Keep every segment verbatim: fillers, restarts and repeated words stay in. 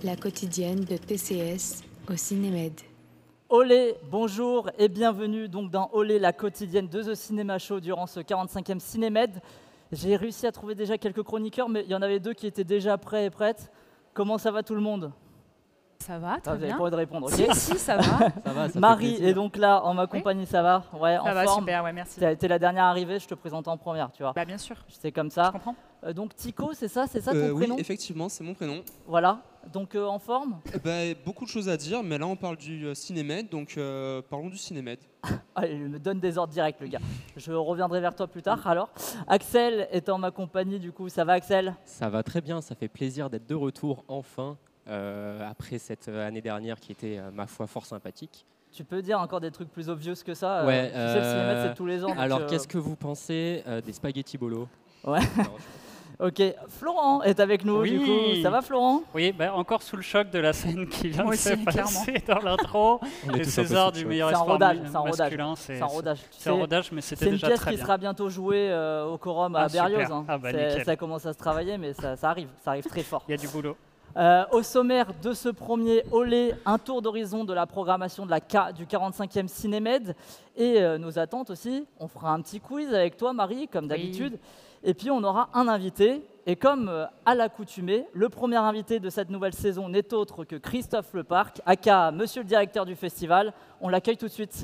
la quotidienne de T C S au Cinémed. Olé, bonjour et bienvenue donc dans Olé, la quotidienne de The Cinema Show durant ce quarante-cinquième Cinémed. J'ai réussi à trouver déjà quelques chroniqueurs, mais il y en avait deux qui étaient déjà prêts et prêtes. Comment ça va tout le monde ? Ça va, très ah, vous bien. Vous avez pas de répondre, ok ? Si, si, ça va. Ça va, ça Marie fait est donc là en ma compagnie, oui. Ça va ? Ouais, ça en va, forme. super, ouais, merci. Tu as été la dernière arrivée, je te présente en première, tu vois. Bah bien sûr. C'est comme ça. Je comprends. Euh, donc Tico, c'est ça, c'est ça ton euh, prénom ? Oui, effectivement, c'est mon prénom. Voilà. Donc euh, en forme ? euh, bah, Beaucoup de choses à dire, mais là on parle du euh, Cinémed, donc euh, parlons du Cinémed. Ah, il me donne des ordres directs, le gars. Je reviendrai vers toi plus tard. Alors, Axel est en ma compagnie, du coup, ça va, Axel ? Ça va très bien, ça fait plaisir d'être de retour enfin, euh, après cette année dernière qui était, euh, ma foi, fort sympathique. Tu peux dire encore des trucs plus obvious que ça ? Ouais, euh, Tu sais, le Cinémed, euh, c'est tous les ans. Alors, euh... qu'est-ce que vous pensez euh, des spaghettis bolo ? Ouais. Ok, Florent est avec nous, oui. du coup. Ça va, Florent ? Oui, bah, encore sous le choc de la scène qui vient Moi de se aussi, passer dans l'intro. Et César du meilleur espoir masculin. C'est un rodage. C'est un rodage, mais c'était déjà très bien. C'est une pièce qui sera bientôt jouée euh, au Corum à ah, Berlioz. Hein. Ah, bah, ça commence à se travailler, mais ça, ça arrive, ça arrive très fort. Il y a du boulot. Euh, au sommaire de ce premier Olé, un tour d'horizon de la programmation de la K, du quarante-cinquième Cinémed et euh, nos attentes aussi. On fera un petit quiz avec toi, Marie, comme d'habitude. Oui. Et puis on aura un invité. Et comme euh, à l'accoutumée, le premier invité de cette nouvelle saison n'est autre que Christophe Leparc, aka Monsieur le directeur du festival. On l'accueille tout de suite.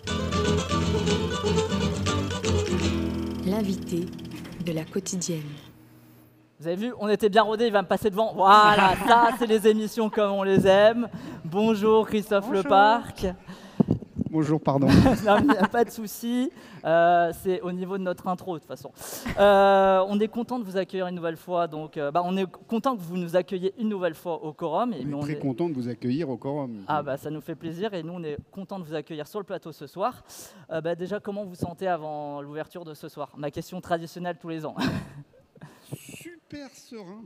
L'invité de la quotidienne. Vous avez vu, on était bien rodés, il va me passer devant. Voilà, ça, c'est les émissions comme on les aime. Bonjour Christophe Bonjour. Leparc. Bonjour, pardon. Non, il n'y a pas de souci. Euh, c'est au niveau de notre intro, de toute façon. Euh, on est content de vous accueillir une nouvelle fois. Donc, euh, bah, on est content que vous nous accueilliez une nouvelle fois au Corum. Et on est on très est... content de vous accueillir au Corum. Ah, bah, ça nous fait plaisir. Et nous, on est content de vous accueillir sur le plateau ce soir. Euh, bah, déjà, comment vous vous sentez avant l'ouverture de ce soir ? Ma question traditionnelle tous les ans. Super serein.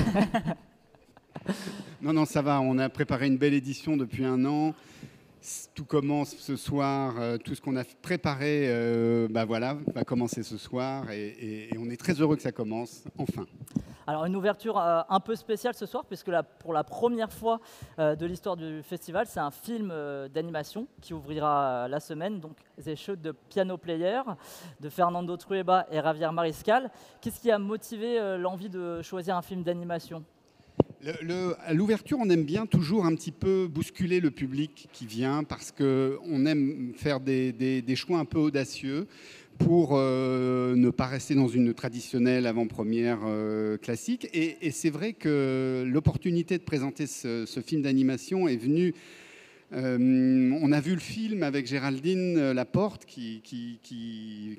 non, non, ça va. On a préparé une belle édition depuis un an. Tout commence ce soir. Euh, tout ce qu'on a préparé, euh, bah voilà, va commencer ce soir. Et, et, et on est très heureux que ça commence, enfin. Alors, une ouverture euh, un peu spéciale ce soir, puisque la, pour la première fois euh, de l'histoire du festival, c'est un film euh, d'animation qui ouvrira euh, la semaine, donc The Show de Piano Player, de Fernando Trueba et Javier Mariscal. Qu'est-ce qui a motivé euh, l'envie de choisir un film d'animation ? Le, le, à l'ouverture, on aime bien toujours un petit peu bousculer le public qui vient, parce qu'on aime faire des, des, des choix un peu audacieux, pour euh, ne pas rester dans une traditionnelle avant-première euh, classique. Et, et c'est vrai que l'opportunité de présenter ce, ce film d'animation est venue... Euh, on a vu le film avec Géraldine Laporte qui, qui, qui,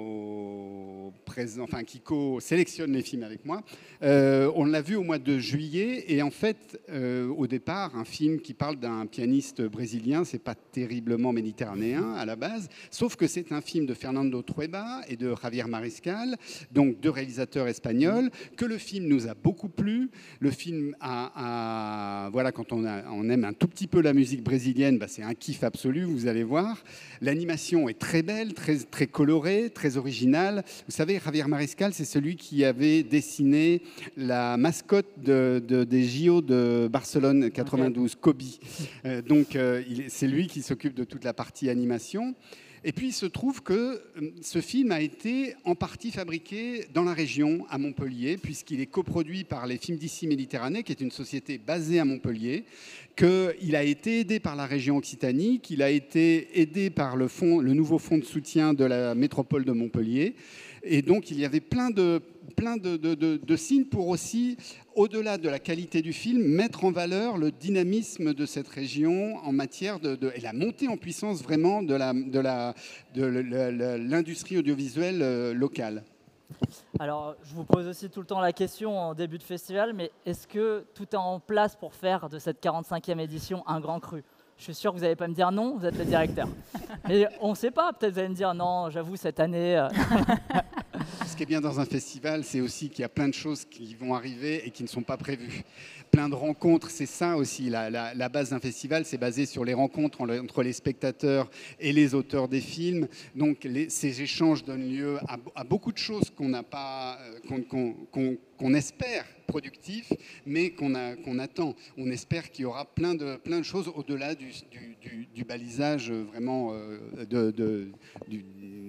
co enfin, qui co-sélectionne les films avec moi. Euh, on l'a vu au mois de juillet et en fait, euh, au départ, un film qui parle d'un pianiste brésilien, c'est pas terriblement méditerranéen à la base, sauf que c'est un film de Fernando Trueba et de Javier Mariscal, donc deux réalisateurs espagnols, que le film nous a beaucoup plu. Le film a, a voilà, quand on, a, on aime un tout petit peu la musique brésilienne, Bah, c'est un kiff absolu, vous allez voir. L'animation est très belle, très, très colorée, très originale. Vous savez, Javier Mariscal, c'est celui qui avait dessiné la mascotte de, de, des J O de Barcelone quatre-vingt-douze, Kobe. Euh, donc, euh, il, c'est lui qui s'occupe de toute la partie animation. Et puis, il se trouve que ce film a été en partie fabriqué dans la région, à Montpellier, puisqu'il est coproduit par les Films d'ici Méditerranée, qui est une société basée à Montpellier, qu'il a été aidé par la région Occitanie, qu'il a été aidé par le, fonds, le nouveau fonds de soutien de la métropole de Montpellier. Et donc, il y avait plein de, plein de, de, de, de signes pour aussi, au-delà de la qualité du film, mettre en valeur le dynamisme de cette région en matière de, de et la montée en puissance vraiment de, la, de, la, de l'industrie audiovisuelle euh, locale. Alors, je vous pose aussi tout le temps la question en début de festival, mais est-ce que tout est en place pour faire de cette quarante-cinquième édition un grand cru ? Je suis sûr que vous n'allez pas me dire non, vous êtes le directeur. Mais on ne sait pas, peut-être vous allez me dire non, j'avoue, cette année... Euh... ce qui est bien dans un festival, c'est aussi qu'il y a plein de choses qui vont arriver et qui ne sont pas prévues. Plein de rencontres, c'est ça aussi. La, la, la base d'un festival, c'est basé sur les rencontres entre les spectateurs et les auteurs des films. Donc les, ces échanges donnent lieu à, à beaucoup de choses qu'on n'a pas, qu'on, qu'on, qu'on, qu'on espère productifs, mais qu'on, a, qu'on attend. On espère qu'il y aura plein de, plein de choses au-delà du, du, du, du balisage vraiment euh, de, de, du,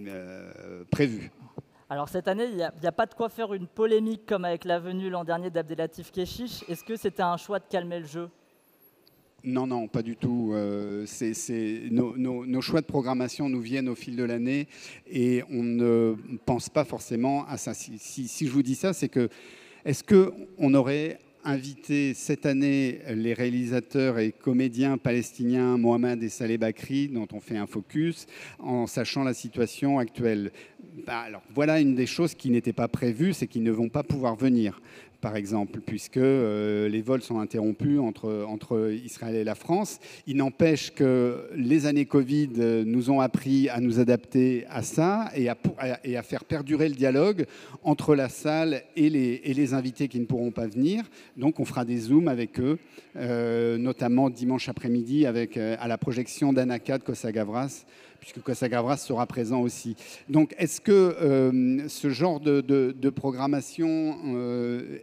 euh, prévu. Alors cette année, il n'y a, a pas de quoi faire une polémique comme avec la venue l'an dernier d'Abdelatif Kechiche. Est-ce que c'était un choix de calmer le jeu ? Non, non, pas du tout. Euh, c'est, c'est, nos, nos, nos choix de programmation nous viennent au fil de l'année et on ne pense pas forcément à ça. Si, si, si je vous dis ça, c'est que est-ce qu'on aurait invité cette année les réalisateurs et comédiens palestiniens Mohamed et Saleh Bakri, dont on fait un focus, en sachant la situation actuelle ? Bah alors, voilà une des choses qui n'était pas prévue, c'est qu'ils ne vont pas pouvoir venir, par exemple, puisque euh, les vols sont interrompus entre, entre Israël et la France. Il n'empêche que les années Covid nous ont appris à nous adapter à ça et à, et à faire perdurer le dialogue entre la salle et les, et les invités qui ne pourront pas venir. Donc on fera des zooms avec eux, euh, notamment dimanche après-midi avec, euh, à la projection d'Anaka de Cossa Gavras, puisque Cossa Gavras sera présent aussi. Donc, est-ce que euh, ce genre de, de, de programmation, euh,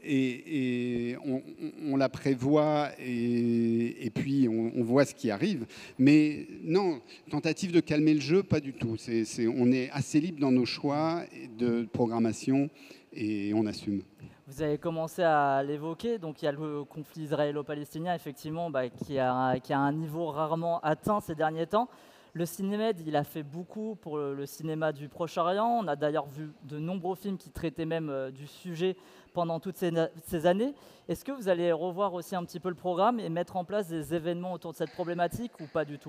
et, et on, on la prévoit et, et puis on, on voit ce qui arrive? Mais non, tentative de calmer le jeu, pas du tout. C'est, c'est, on est assez libre dans nos choix de programmation et on assume. Vous avez commencé à l'évoquer, donc il y a le conflit israélo-palestinien, effectivement, bah, qui, a, qui a un niveau rarement atteint ces derniers temps. Le Cinémed, il a fait beaucoup pour le cinéma du Proche-Orient. On a d'ailleurs vu de nombreux films qui traitaient même euh, du sujet pendant toutes ces, ces années. Est-ce que vous allez revoir aussi un petit peu le programme et mettre en place des événements autour de cette problématique ou pas du tout ?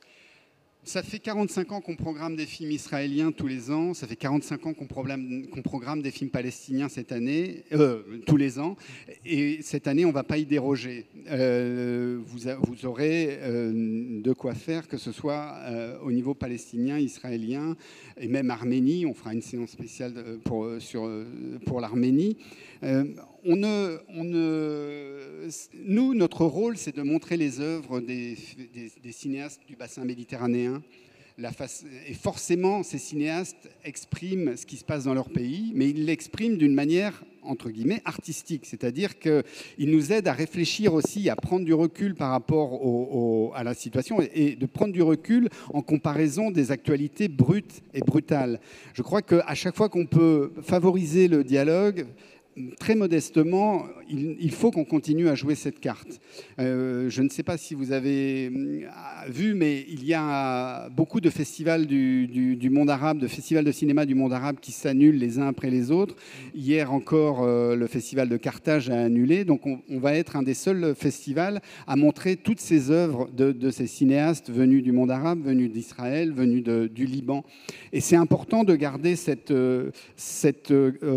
Ça fait quarante-cinq ans qu'on programme des films israéliens tous les ans. Ça fait quarante-cinq ans qu'on programme, qu'on programme des films palestiniens cette année, euh, tous les ans. Et cette année, on ne va pas y déroger. Euh, vous, a, vous aurez euh, de quoi faire, que ce soit euh, au niveau palestinien, israélien et même Arménie. On fera une séance spéciale pour, sur, pour l'Arménie. Euh, on ne, on ne, nous, notre rôle, c'est de montrer les œuvres des, des, des cinéastes du bassin méditerranéen. La face, et forcément, ces cinéastes expriment ce qui se passe dans leur pays, mais ils l'expriment d'une manière, entre guillemets, artistique. C'est-à-dire qu'ils nous aident à réfléchir aussi, à prendre du recul par rapport au, au, à la situation et de prendre du recul en comparaison des actualités brutes et brutales. Je crois qu'à chaque fois qu'on peut favoriser le dialogue, très modestement, il, il faut qu'on continue à jouer cette carte. Euh, je ne sais pas si vous avez vu, mais il y a beaucoup de festivals du, du, du monde arabe, de festivals de cinéma du monde arabe qui s'annulent les uns après les autres. Hier encore, euh, le festival de Carthage a annulé. Donc on, on va être un des seuls festivals à montrer toutes ces œuvres de, de ces cinéastes venus du monde arabe, venus d'Israël, venus de, du Liban. Et c'est important de garder cette... cette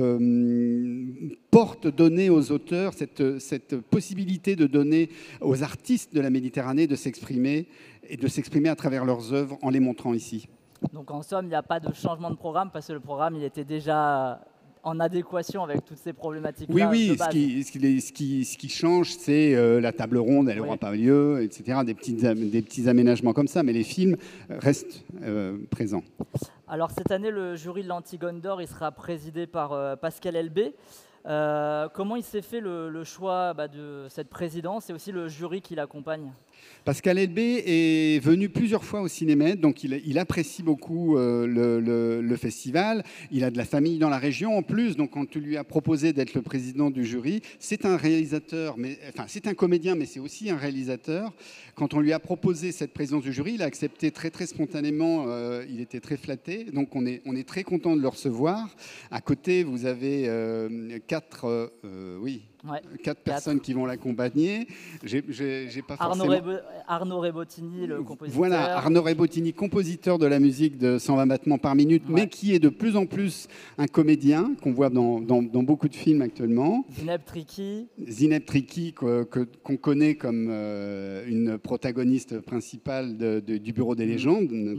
euh, porte donnée aux auteurs, cette, cette possibilité de donner aux artistes de la Méditerranée de s'exprimer et de s'exprimer à travers leurs œuvres en les montrant ici. Donc en somme, il n'y a pas de changement de programme parce que le programme il était déjà en adéquation avec toutes ces problématiques-là. Oui, oui, ce qui, ce, qui, ce, qui, ce qui change, c'est euh, la table ronde, elle n'aura oui. pas lieu, et cetera. Des petits, des petits aménagements comme ça, mais les films restent euh, présents. Alors cette année, le jury de l'Antigone d'Or, il sera présidé par euh, Pascal Elbé. Euh, comment il s'est fait le, le choix bah, de cette présidence et aussi le jury qui l'accompagne ? Pascal Elbé est venu plusieurs fois au Cinémed, donc il, il apprécie beaucoup euh, le, le, le festival. Il a de la famille dans la région en plus, donc quand tu lui as proposé d'être le président du jury, c'est un réalisateur, mais, enfin c'est un comédien, mais c'est aussi un réalisateur. Quand on lui a proposé cette présidence du jury, il a accepté très très spontanément, euh, il était très flatté, donc on est, on est très content de le recevoir. À côté, vous avez euh, quatre... Euh, oui. Ouais, quatre personnes qui vont l'accompagner. J'ai, j'ai, j'ai pas Arnaud, forcément... Rebo- Arnaud Rebottini, le compositeur. Voilà, Arnaud Rebottini, compositeur de la musique de cent vingt battements par minute, ouais. mais qui est de plus en plus un comédien qu'on voit dans, dans, dans beaucoup de films actuellement. Zineb Triki. Zineb Triki, que, que, qu'on connaît comme euh, une protagoniste principale de, de, du Bureau des légendes. Mmh.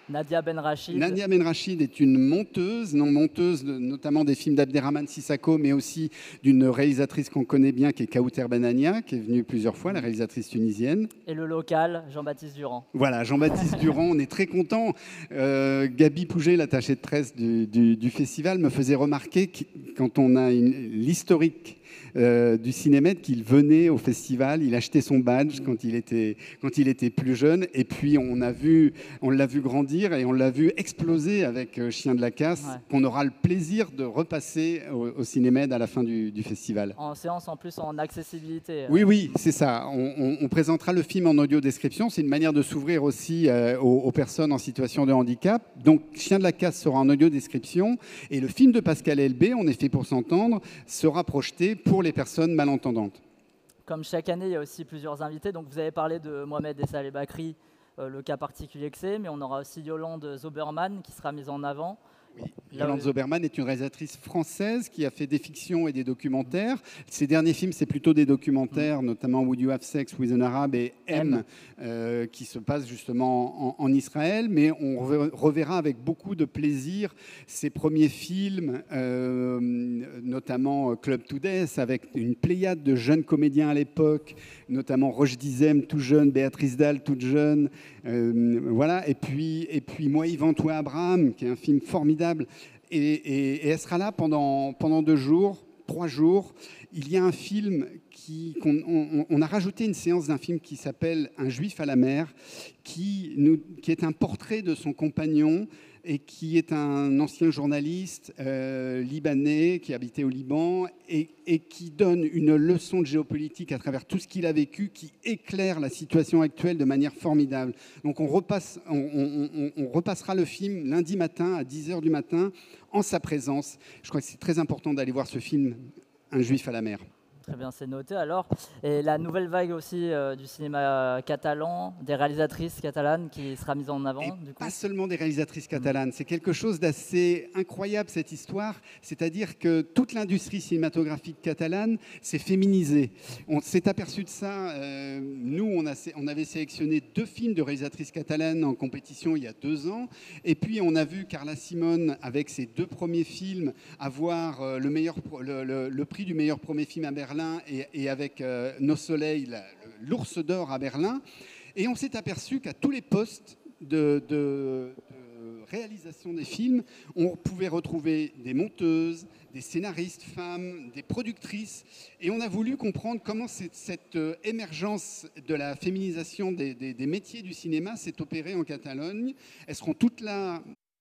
Nadia Benrachid. Nadia Benrachid est une monteuse, non monteuse de, notamment des films d'Abderrahmane Sissako, mais aussi d'une réalisatrice qu'on connaît bien, qui est Kauter Benania, qui est venue plusieurs fois, la réalisatrice tunisienne. Et le local, Jean-Baptiste Durand. Voilà, Jean-Baptiste Durand, on est très content. Euh, Gabi Pouget, l'attachée de presse du, du, du festival, me faisait remarquer que quand on a l'historique Euh, du Cinémed, qu'il venait au festival, il achetait son badge quand il était, quand il était plus jeune, et puis on a vu, on l'a vu grandir et on l'a vu exploser avec euh, Chien de la Casse, ouais. qu'on aura le plaisir de repasser au, au Cinémed à la fin du, du festival. En séance en plus en accessibilité. Oui, oui, c'est ça. On, on, on présentera le film en audio description. C'est une manière de s'ouvrir aussi euh, aux, aux personnes en situation de handicap. Donc Chien de la Casse sera en audio description et le film de Pascal Elbé, On est fait pour s'entendre, sera projeté pour les personnes malentendantes. Comme chaque année, il y a aussi plusieurs invités. Donc, vous avez parlé de Mohamed Essa El Bakri, euh, le cas particulier que c'est, mais on aura aussi Yolande Zoberman qui sera mise en avant. Oui. Yolande Zoberman est une réalisatrice française qui a fait des fictions et des documentaires. Ses derniers films, c'est plutôt des documentaires, mmh. notamment Would You Have Sex with an Arab et M, euh, qui se passent justement en, en Israël. Mais on reverra avec beaucoup de plaisir ses premiers films, euh, notamment Club to Death, avec une pléiade de jeunes comédiens à l'époque, notamment Roche Dizem, tout jeune, Béatrice Dalle, toute jeune. Euh, voilà. Et puis, et puis Moi, Yvan, toi, Abraham, qui est un film formidable. Et, et, et elle sera là pendant, pendant deux jours, trois jours. Il y a un film qui... qu'on, on, on a rajouté une séance d'un film qui s'appelle Un Juif à la mer, qui, nous, qui est un portrait de son compagnon et qui est un ancien journaliste euh, libanais qui habitait au Liban et, et qui donne une leçon de géopolitique à travers tout ce qu'il a vécu, qui éclaire la situation actuelle de manière formidable. Donc on, repasse, on, on, on, on repassera le film lundi matin à dix heures du matin en sa présence. Je crois que c'est très important d'aller voir ce film, Un Juif à la mer. Très bien, c'est noté alors. Et la nouvelle vague aussi euh, du cinéma catalan, des réalisatrices catalanes qui sera mise en avant. Et du coup. Pas seulement des réalisatrices catalanes, mmh. c'est quelque chose d'assez incroyable cette histoire, c'est-à-dire que toute l'industrie cinématographique catalane s'est féminisée. On s'est aperçu de ça, euh, nous on, a, on avait sélectionné deux films de réalisatrices catalanes en compétition il y a deux ans, et puis on a vu Carla Simon avec ses deux premiers films avoir euh, le, meilleur, le, le, le prix du meilleur premier film à Berlin, Et, et avec euh, Nos Soleils, la, l'Ours d'Or à Berlin. Et on s'est aperçu qu'à tous les postes de, de, de réalisation des films, on pouvait retrouver des monteuses, des scénaristes femmes, des productrices. Et on a voulu comprendre comment cette, cette euh, émergence de la féminisation des, des, des métiers du cinéma s'est opérée en Catalogne. Elles seront toutes là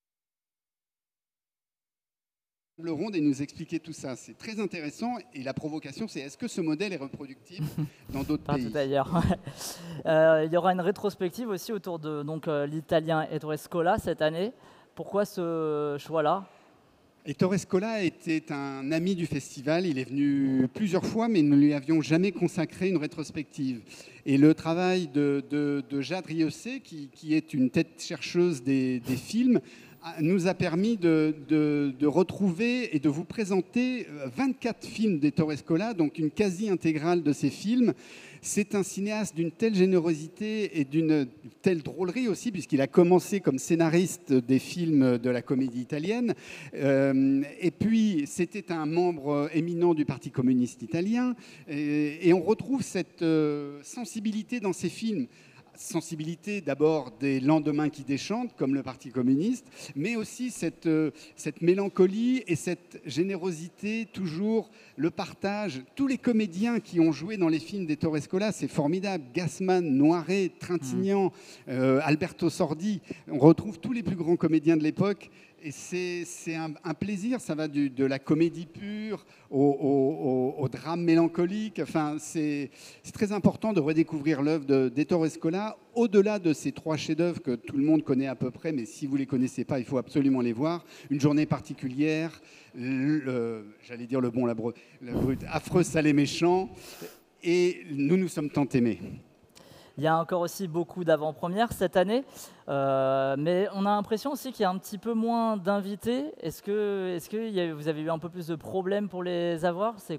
ronde et nous expliquer tout ça. C'est très intéressant et la provocation, c'est est-ce que ce modèle est reproductible dans d'autres pays ? D'ailleurs, euh, il y aura une rétrospective aussi autour de donc, euh, l'italien Ettore Scola cette année. Pourquoi ce choix-là ? Ettore Scola était un ami du festival. Il est venu plusieurs fois, mais nous ne lui avions jamais consacré une rétrospective. Et le travail de, de, de Jade Rieussé, qui, qui est une tête chercheuse des, des films, nous a permis de, de, de retrouver et de vous présenter vingt-quatre films d'Ettore Scola, donc une quasi-intégrale de ces films. C'est un cinéaste d'une telle générosité et d'une telle drôlerie aussi, puisqu'il a commencé comme scénariste des films de la comédie italienne. Euh, et puis, c'était un membre éminent du Parti communiste italien. Et, et on retrouve cette euh, sensibilité dans ses films. Sensibilité d'abord des lendemains qui déchantent, comme le Parti communiste, mais aussi cette, euh, cette mélancolie et cette générosité, toujours le partage. Tous les comédiens qui ont joué dans les films d'Ettore Scola, c'est formidable. Gassman, Noiret, Trintignant, mmh. euh, Alberto Sordi. On retrouve tous les plus grands comédiens de l'époque. Et c'est, c'est un, un plaisir, ça va du, de la comédie pure au, au, au, au drame mélancolique. Enfin, c'est, c'est très important de redécouvrir l'œuvre de, d'Ettore Scola, au-delà de ces trois chefs-d'œuvre que tout le monde connaît à peu près, mais si vous ne les connaissez pas, il faut absolument les voir. Une journée particulière, le, j'allais dire le bon, la, bru, la brute, affreux, salé, méchant, et nous nous sommes tant aimés. Il y a encore aussi beaucoup d'avant-premières cette année, euh, mais on a l'impression aussi qu'il y a un petit peu moins d'invités. Est-ce que, est-ce que y a, vous avez eu un peu plus de problèmes pour les avoir ? C'est quoi ?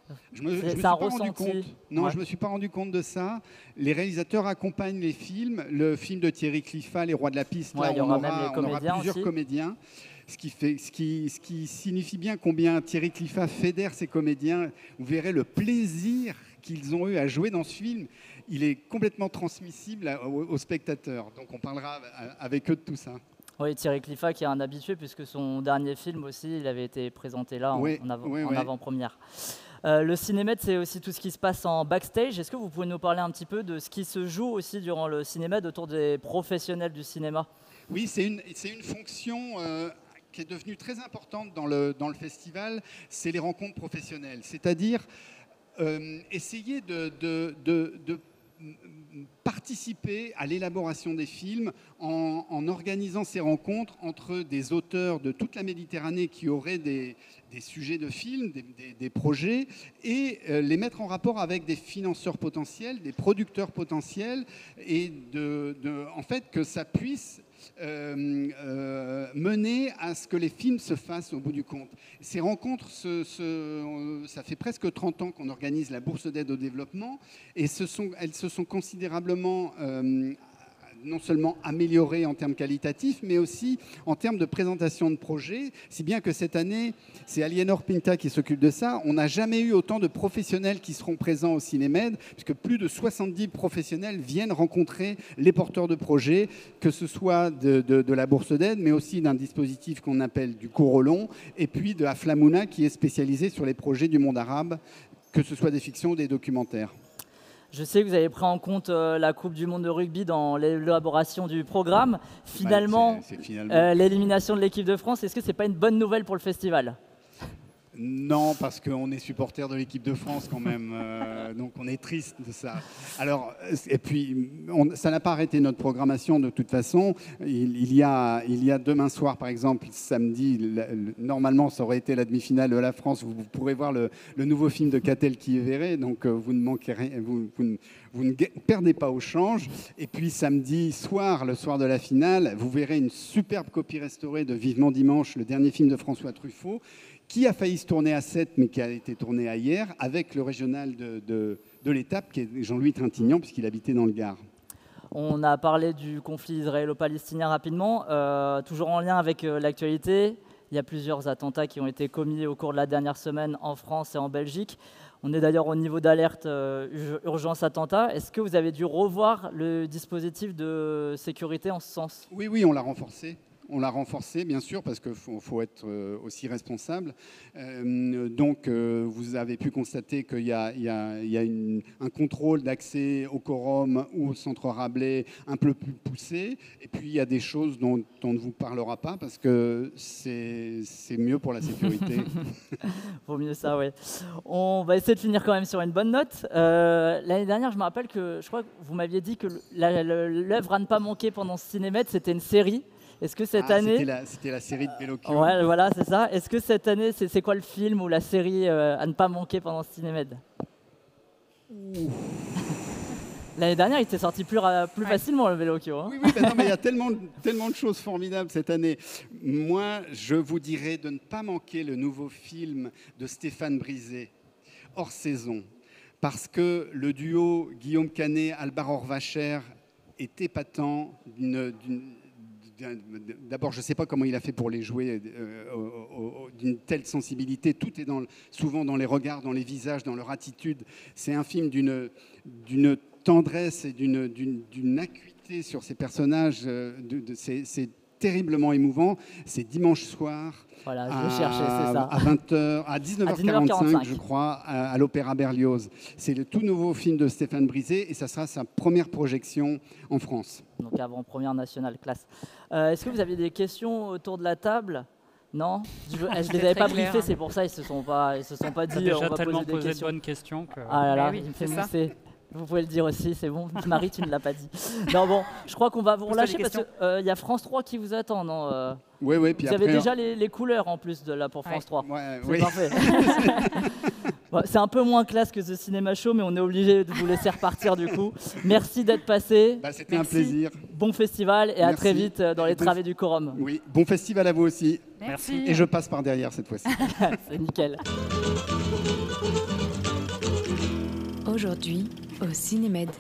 Je me, je me C'est suis un pas rendu ressenti. compte. Non, Ouais. je me suis pas rendu compte de ça. Les réalisateurs accompagnent les films. Le film de Thierry Cliffat, Les Rois de la Piste, Ouais, là, il y on, aura aura, même les on aura comédiens plusieurs aussi. comédiens. Ce qui, fait, ce, qui, ce qui signifie bien combien Thierry Cliffat fédère ses comédiens. Vous verrez le plaisir qu'ils ont eu à jouer dans ce film. Il est complètement transmissible à- aux, aux spectateurs. Donc on parlera avec eux de tout ça. Oui, Thierry Cliffat qui est un habitué puisque son dernier film aussi, il avait été présenté là en, Oui, en avant- oui, en oui. avant-première. Euh, le Cinémed, c'est aussi tout ce qui se passe en backstage. Est-ce que vous pouvez nous parler un petit peu de ce qui se joue aussi durant le Cinémed autour des professionnels du cinéma? Oui, c'est une, c'est une fonction euh, qui est devenue très importante dans le, dans le festival, c'est les rencontres professionnelles. C'est-à-dire euh, essayer de, de, de, de participer à l'élaboration des films en, en organisant ces rencontres entre des auteurs de toute la Méditerranée qui auraient des, des sujets de films, des, des, des projets, et euh, les mettre en rapport avec des financeurs potentiels, des producteurs potentiels, et de, de, en fait que ça puisse Euh, euh, mener à ce que les films se fassent au bout du compte. Ces rencontres, se, se, euh, ça fait presque trente ans qu'on organise la bourse d'aide au développement et ce sont, elles se sont considérablement euh, non seulement améliorées en termes qualitatifs, mais aussi en termes de présentation de projets, si bien que cette année, c'est Aliénor Pinta qui s'occupe de ça. On n'a jamais eu autant de professionnels qui seront présents au Cinémed, puisque plus de soixante-dix professionnels viennent rencontrer les porteurs de projets, que ce soit de, de, de la bourse d'aide, mais aussi d'un dispositif qu'on appelle du cours au long, et puis de Aflamouna, qui est spécialisé sur les projets du monde arabe, que ce soit des fictions ou des documentaires. Je sais que vous avez pris en compte euh, la Coupe du Monde de rugby dans l'élaboration du programme. Finalement, Ouais, c'est- c'est finalement... euh, l'élimination de l'équipe de France, est-ce que c'est pas une bonne nouvelle pour le festival? Non, parce qu'on est supporter de l'équipe de France quand même, euh, donc on est triste de ça. Alors, et puis, on, ça n'a pas arrêté notre programmation de toute façon. Il, il, y a, il y a demain soir, par exemple, samedi, la, le, normalement ça aurait été la demi-finale de la France. Vous, vous pourrez voir le, le nouveau film de Catel qui est verré, donc euh, vous ne manquez rien, vous, vous, ne, vous ne perdez pas au change. Et puis samedi soir, le soir de la finale, vous verrez une superbe copie restaurée de Vivement Dimanche, le dernier film de François Truffaut, qui a failli se tourner à Sète, mais qui a été tourné à hier, avec le régional de, de, de l'étape, qui est Jean-Louis Trintignant, puisqu'il habitait dans le Gard. On a parlé du conflit israélo-palestinien rapidement, euh, toujours en lien avec euh, l'actualité. Il y a plusieurs attentats qui ont été commis au cours de la dernière semaine en France et en Belgique. On est d'ailleurs au niveau d'alerte euh, urgence attentat. Est-ce que vous avez dû revoir le dispositif de sécurité en ce sens? Oui, oui, on l'a renforcé. On l'a renforcé, bien sûr, parce qu'il faut, faut être aussi responsable. Euh, donc, euh, vous avez pu constater qu'il y a, il y a, il y a une, un contrôle d'accès au quorum ou au centre Rabelais un peu plus poussé. Et puis, il y a des choses dont on ne vous parlera pas, parce que c'est, c'est mieux pour la sécurité. Vaut mieux ça, oui. On va essayer de finir quand même sur une bonne note. Euh, l'année dernière, je me rappelle que, je crois que vous m'aviez dit que l'œuvre à ne pas manquer pendant ce Cinémed, c'était une série. Est-ce que cette ah, année... C'était la, c'était la série de Bellocchio. Ouais, voilà, c'est ça. Est-ce que cette année, c'est, c'est quoi le film ou la série euh, à ne pas manquer pendant ce Cinémed? L'année dernière, il était sorti plus, plus ouais. facilement, le Bellocchio. Hein. Oui, oui, ben non, mais il y a tellement, tellement de choses formidables cette année. Moi, je vous dirais de ne pas manquer le nouveau film de Stéphane Brisé, Hors saison, parce que le duo Guillaume Canet, Albar Horvacher est épatant d'une... d'une D'abord, je ne sais pas comment il a fait pour les jouer euh, au, au, d'une telle sensibilité. Tout est dans, souvent dans les regards, dans les visages, dans leur attitude. C'est un film d'une, d'une tendresse et d'une, d'une, d'une acuité sur ces personnages. Euh, de, de, c'est, c'est terriblement émouvant. C'est dimanche soir. Voilà, je l'ai cherché, c'est ça. À vingt heures, à dix-neuf heures quarante-cinq, je crois, à, à l'Opéra Berlioz. C'est le tout nouveau film de Stéphane Brisé et ça sera sa première projection en France. Donc avant-première nationale, classe. Euh, est-ce que vous aviez des questions autour de la table? Non, je ne les avais pas briefés, c'est pour ça ils se sont pas, ils se sont pas dit. Déjà on va tellement poser des posé questions. de bonnes questions que. Ah là là, oui, il me fait c'est ça. mousser. Vous pouvez le dire aussi, c'est bon. Marie, tu ne l'as pas dit. Non bon, je crois qu'on va vous relâcher parce qu'il euh, y a France trois qui vous attend, non euh Oui, oui. Puis Vous après, avez déjà les, les couleurs en plus de là pour France Ouais. trois. Ouais, C'est oui. parfait. Bon, c'est un peu moins classe que The Cinema Show, mais on est obligé de vous laisser repartir du coup. Merci d'être passé. Bah, c'était un Merci. plaisir. Bon festival et à Merci. très vite euh, dans les Bon- travées du quorum. Oui, bon festival à vous aussi. Merci. Et je passe par derrière cette fois-ci. C'est nickel. Aujourd'hui, au Cinémed.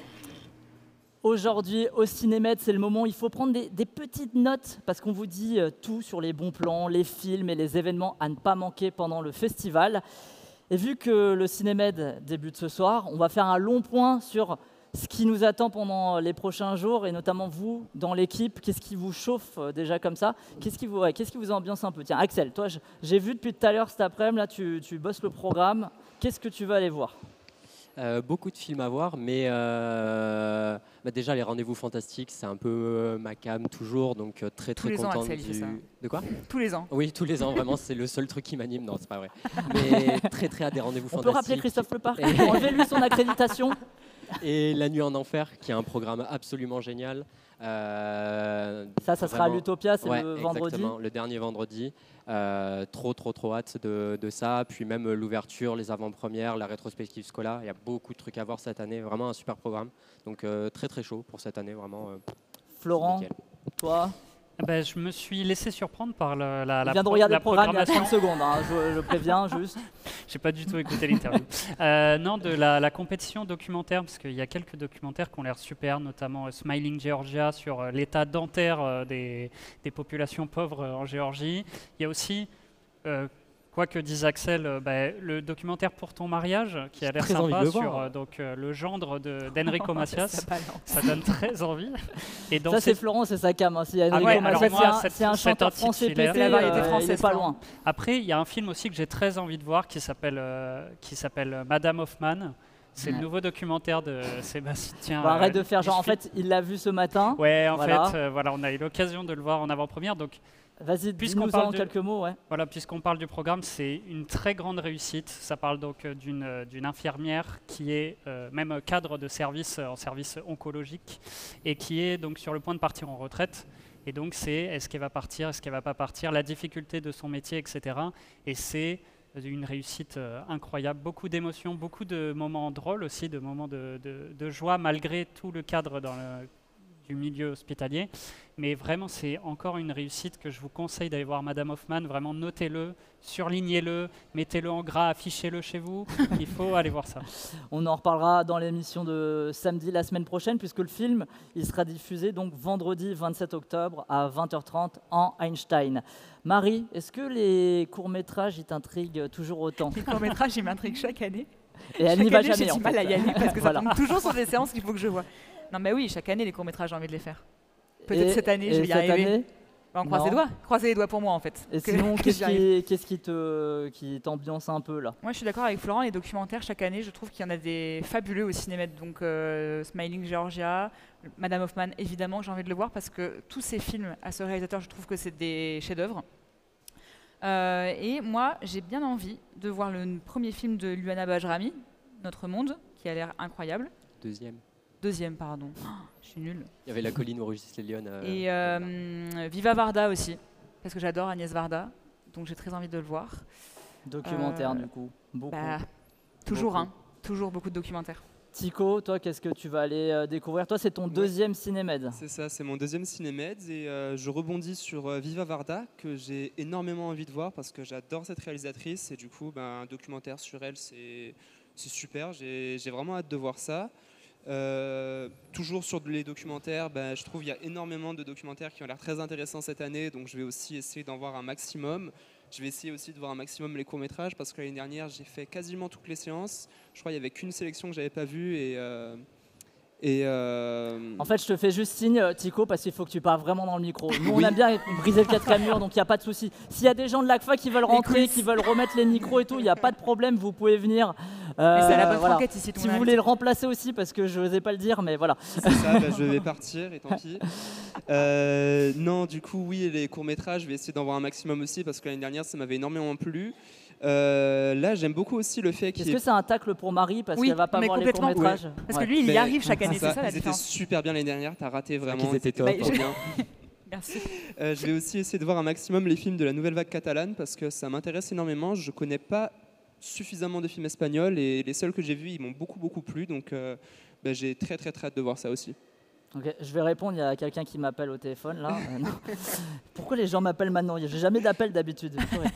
Aujourd'hui, au Cinémed, c'est le moment où il faut prendre des, des petites notes parce qu'on vous dit euh, tout sur les bons plans, les films et les événements à ne pas manquer pendant le festival. Et vu que le Cinémed débute ce soir, on va faire un long point sur ce qui nous attend pendant les prochains jours et notamment vous, dans l'équipe. Qu'est-ce qui vous chauffe euh, déjà comme ça? Qu'est-ce qui vous, ouais, qu'est-ce qui vous ambiance un peu? Tiens, Axel, toi, je- j'ai vu depuis tout à l'heure cet après-midi, là, tu, tu bosses le programme. Qu'est-ce que tu vas aller voir? Euh, beaucoup de films à voir, mais euh, bah déjà les rendez-vous fantastiques, c'est un peu euh, ma cam toujours, donc euh, très Tous très les ans, content Axel, il fait du... ça. De quoi? Tous les ans. Oui, tous les ans, vraiment, c'est le seul truc qui m'anime. Non, c'est pas vrai. Mais très très à des rendez-vous On fantastiques. peut rappeler Christophe Leparc, Et- enlevez-lui son accréditation. Et La Nuit en Enfer, qui est un programme absolument génial. Euh, Ça, ça sera à vraiment- l'Utopia, c'est Ouais, le vendredi. exactement, le dernier vendredi. Euh, trop, trop, trop hâte de, de ça. Puis même euh, l'ouverture, les avant-premières, la rétrospective Scola. Il y a beaucoup de trucs à voir cette année. Vraiment un super programme. Donc euh, très, très chaud pour cette année. Vraiment. euh, Florent, nickel. toi, Ben, je me suis laissé surprendre par le- la, il la, vient de pro- regarder la le programme il y a programmation. trente secondes, hein, je, je préviens juste. J'ai pas du tout écouté l'interview. Euh, non, de la, la compétition documentaire, parce qu'il y a quelques documentaires qui ont l'air super, notamment euh, Smiling Georgia sur euh, l'état dentaire euh, des, des populations pauvres euh, en Géorgie. Il y a aussi, euh, quoi que dise Axel, euh, bah, le documentaire Pour ton mariage, qui a l'air très envie de sympa le sur voir. euh, donc, euh, le gendre de- d'Enrico Macias. Ça balance. Ça donne très envie. Et donc, Ça, c'est c'est- Florent, c'est sa cam. Hein. Si Enrico Ah ouais, Macias, alors moi, c'est un- cette- c'est un, cet chanteur français intitulaire- pété, C'est la variété euh, il française, est pas Florent. loin. Après, il y a un film aussi que j'ai très envie de voir qui s'appelle euh, qui s'appelle euh, Madame Hoffman. C'est Ouais. le nouveau documentaire de Sébastien. Bah, arrête euh, de faire genre, en Lichfield. fait, il l'a vu ce matin. Ouais, en Voilà. fait, euh, voilà, on a eu l'occasion de le voir en avant-première. Donc, Vas-y, Puisqu'on dis-nous parle en de- quelques mots. Ouais. voilà, puisqu'on parle du programme, c'est une très grande réussite. Ça parle donc euh, d'une euh, d'une infirmière qui est euh, même cadre de service euh, en service oncologique et qui est donc sur le point de partir en retraite. Et donc, c'est est-ce qu'elle va partir, est-ce qu'elle va pas partir, la difficulté de son métier, et cetera. Et c'est une réussite euh, incroyable, beaucoup d'émotions, beaucoup de moments drôles aussi, de moments de, de- de joie malgré tout le cadre dans le- du milieu hospitalier. Mais vraiment, c'est encore une réussite que je vous conseille d'aller voir Madame Hoffman. Vraiment, notez-le, surlignez-le, mettez-le en gras, affichez-le chez vous. Il faut aller voir ça. On en reparlera dans l'émission de samedi la semaine prochaine, puisque le film il sera diffusé donc vendredi vingt-sept octobre à vingt heures trente en Einstein. Marie, est-ce que les courts-métrages ils t'intriguent toujours autant? Les courts-métrages, ils m'intriguent chaque année. Et elle chaque n'y va année, jamais. j'ai en du mal fait. à y aller parce que Voilà. ça tombe toujours sur des séances qu'il faut que je vois. Non, mais oui, chaque année, les courts-métrages, j'ai envie de les faire. Peut-être Et- cette année, et je vais y cette arriver. année Bah, on croise Non. les doigts. Croisez les doigts pour moi, en fait. Et que- sinon, que qu'est-ce j'y arrive. qui, qu'est-ce qui te, qui t'ambiance un peu là? Moi, je suis d'accord avec Florent, les documentaires, chaque année, je trouve qu'il y en a des fabuleux au cinéma. Donc, euh, Smiling Georgia, Madame Hoffman, évidemment, j'ai envie de le voir parce que tous ces films à ce réalisateur, je trouve que c'est des chefs-d'œuvre. Euh, et moi, j'ai bien envie de voir le n- premier film de Luana Bajrami, Notre Monde, qui a l'air incroyable. Deuxième. Deuxième, pardon. Oh, je suis nulle. Il y avait La colline où rugissent les lions. euh, Et euh, Viva Varda aussi, parce que j'adore Agnès Varda, donc j'ai très envie de le voir. Documentaire Euh, du coup. Beaucoup. Bah, toujours, Beaucoup. hein, toujours beaucoup de documentaires. Tico, toi, qu'est-ce que tu vas aller euh, découvrir? Toi, c'est ton Ouais. deuxième Cinémed. C'est ça, c'est mon deuxième Cinémed et euh, je rebondis sur euh, Viva Varda que j'ai énormément envie de voir parce que j'adore cette réalisatrice et du coup ben, un documentaire sur elle c'est c'est super, j'ai j'ai vraiment hâte de voir ça. Euh, toujours sur les documentaires, ben, je trouve qu'il y a énormément de documentaires qui ont l'air très intéressants cette année donc je vais aussi essayer d'en voir un maximum. Je vais essayer aussi de voir un maximum les courts-métrages parce que l'année dernière j'ai fait quasiment toutes les séances. Je crois qu'il n'y avait qu'une sélection que j'avais pas vue et euh, Et euh, En fait, je te fais juste signe, euh, Tico, parce qu'il faut que tu parles vraiment dans le micro. Nous, on aime bien briser le quatrième mur, donc il n'y a pas de souci. S'il y a des gens de l'A C F A qui veulent rentrer, qui veulent remettre les micros et tout, il n'y a pas de problème, vous pouvez venir. Euh, Mais c'est à la bonne voilà. franquette ici, tout le Si monde vous a voulez invité. le remplacer aussi, parce que je n'osais pas le dire, mais voilà. c'est ça, bah, je vais partir et tant pis. Euh, non, du coup, oui, les courts-métrages, je vais essayer d'en voir un maximum aussi parce que l'année dernière, ça m'avait énormément plu. Euh, là, j'aime beaucoup aussi le fait qu'il Est-ce y ait que c'est un tacle pour Marie parce Oui, qu'elle va pas mais voir les complètement. courts-métrages? Parce Ouais. que lui, il y Mais- arrive chaque année, C'est c'est ça la ils étaient différence. super bien l'année dernière, t'as raté vraiment. qu'ils étaient top, trop hein. bien. Merci. Euh, je vais aussi essayer de voir un maximum les films de la nouvelle vague catalane parce que ça m'intéresse énormément. Je connais pas suffisamment de films espagnols et les seuls que j'ai vus, ils m'ont beaucoup beaucoup plu. Donc euh, bah, j'ai très très très hâte de voir ça aussi. Ok, je vais répondre, il y a quelqu'un qui m'appelle au téléphone là. Euh, non. Pourquoi les gens m'appellent maintenant? J'ai jamais d'appel d'habitude.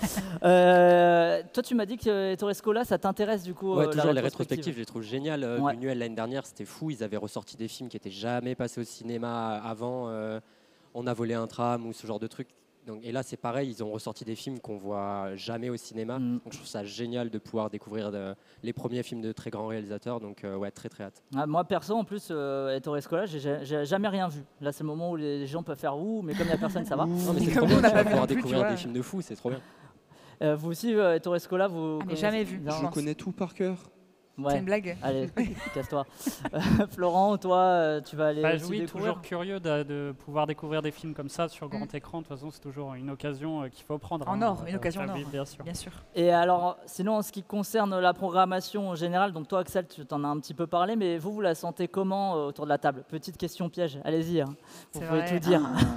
Euh, toi tu m'as dit que Ettore Scola ça t'intéresse du coup. Ouais, euh, toujours la les rétrospective. rétrospectives, je les trouve géniales. Euh, Ouais. Buñuel l'année dernière, c'était fou. Ils avaient ressorti des films qui n'étaient jamais passés au cinéma avant. euh, On a volé un tram ou ce genre de trucs. Donc, et là, c'est pareil, ils ont ressorti des films qu'on voit jamais au cinéma. Mm. Donc, je trouve ça génial de pouvoir découvrir de- les premiers films de très grands réalisateurs. Donc, euh, ouais, très très hâte. Ah, moi perso en plus euh, Ettore Scola j'ai- j'ai j'ai jamais rien vu. Là c'est le moment où les gens peuvent faire ouh mais comme il n'y a personne ça va. Non, mais c'est Comme trop nous, bien, on n'a tu pas vas vu pouvoir non plus, tu découvrir vois. des films de fous, c'est trop bien. Euh, vous aussi euh, Ettore Scola vous Ah, mais connaissez- jamais vu. Non. Je Je connais tout par cœur. C'est Ouais. une blague. Allez, casse-toi. Euh, Florent, toi, euh, tu vas aller Bah, aussi oui, découvrir. toujours curieux de, de pouvoir découvrir des films comme ça sur grand Mm. écran. De toute façon, c'est toujours une occasion euh, qu'il faut prendre. En hein. or, une Euh, occasion ça, en or. oui, bien sûr. Bien sûr. Et alors, sinon, en ce qui concerne la programmation en général, donc toi, Axel, tu t'en as un petit peu parlé, mais vous, vous la sentez comment euh, autour de la table? Petite question piège, allez-y, hein. Vous C'est pouvez vrai. tout dire.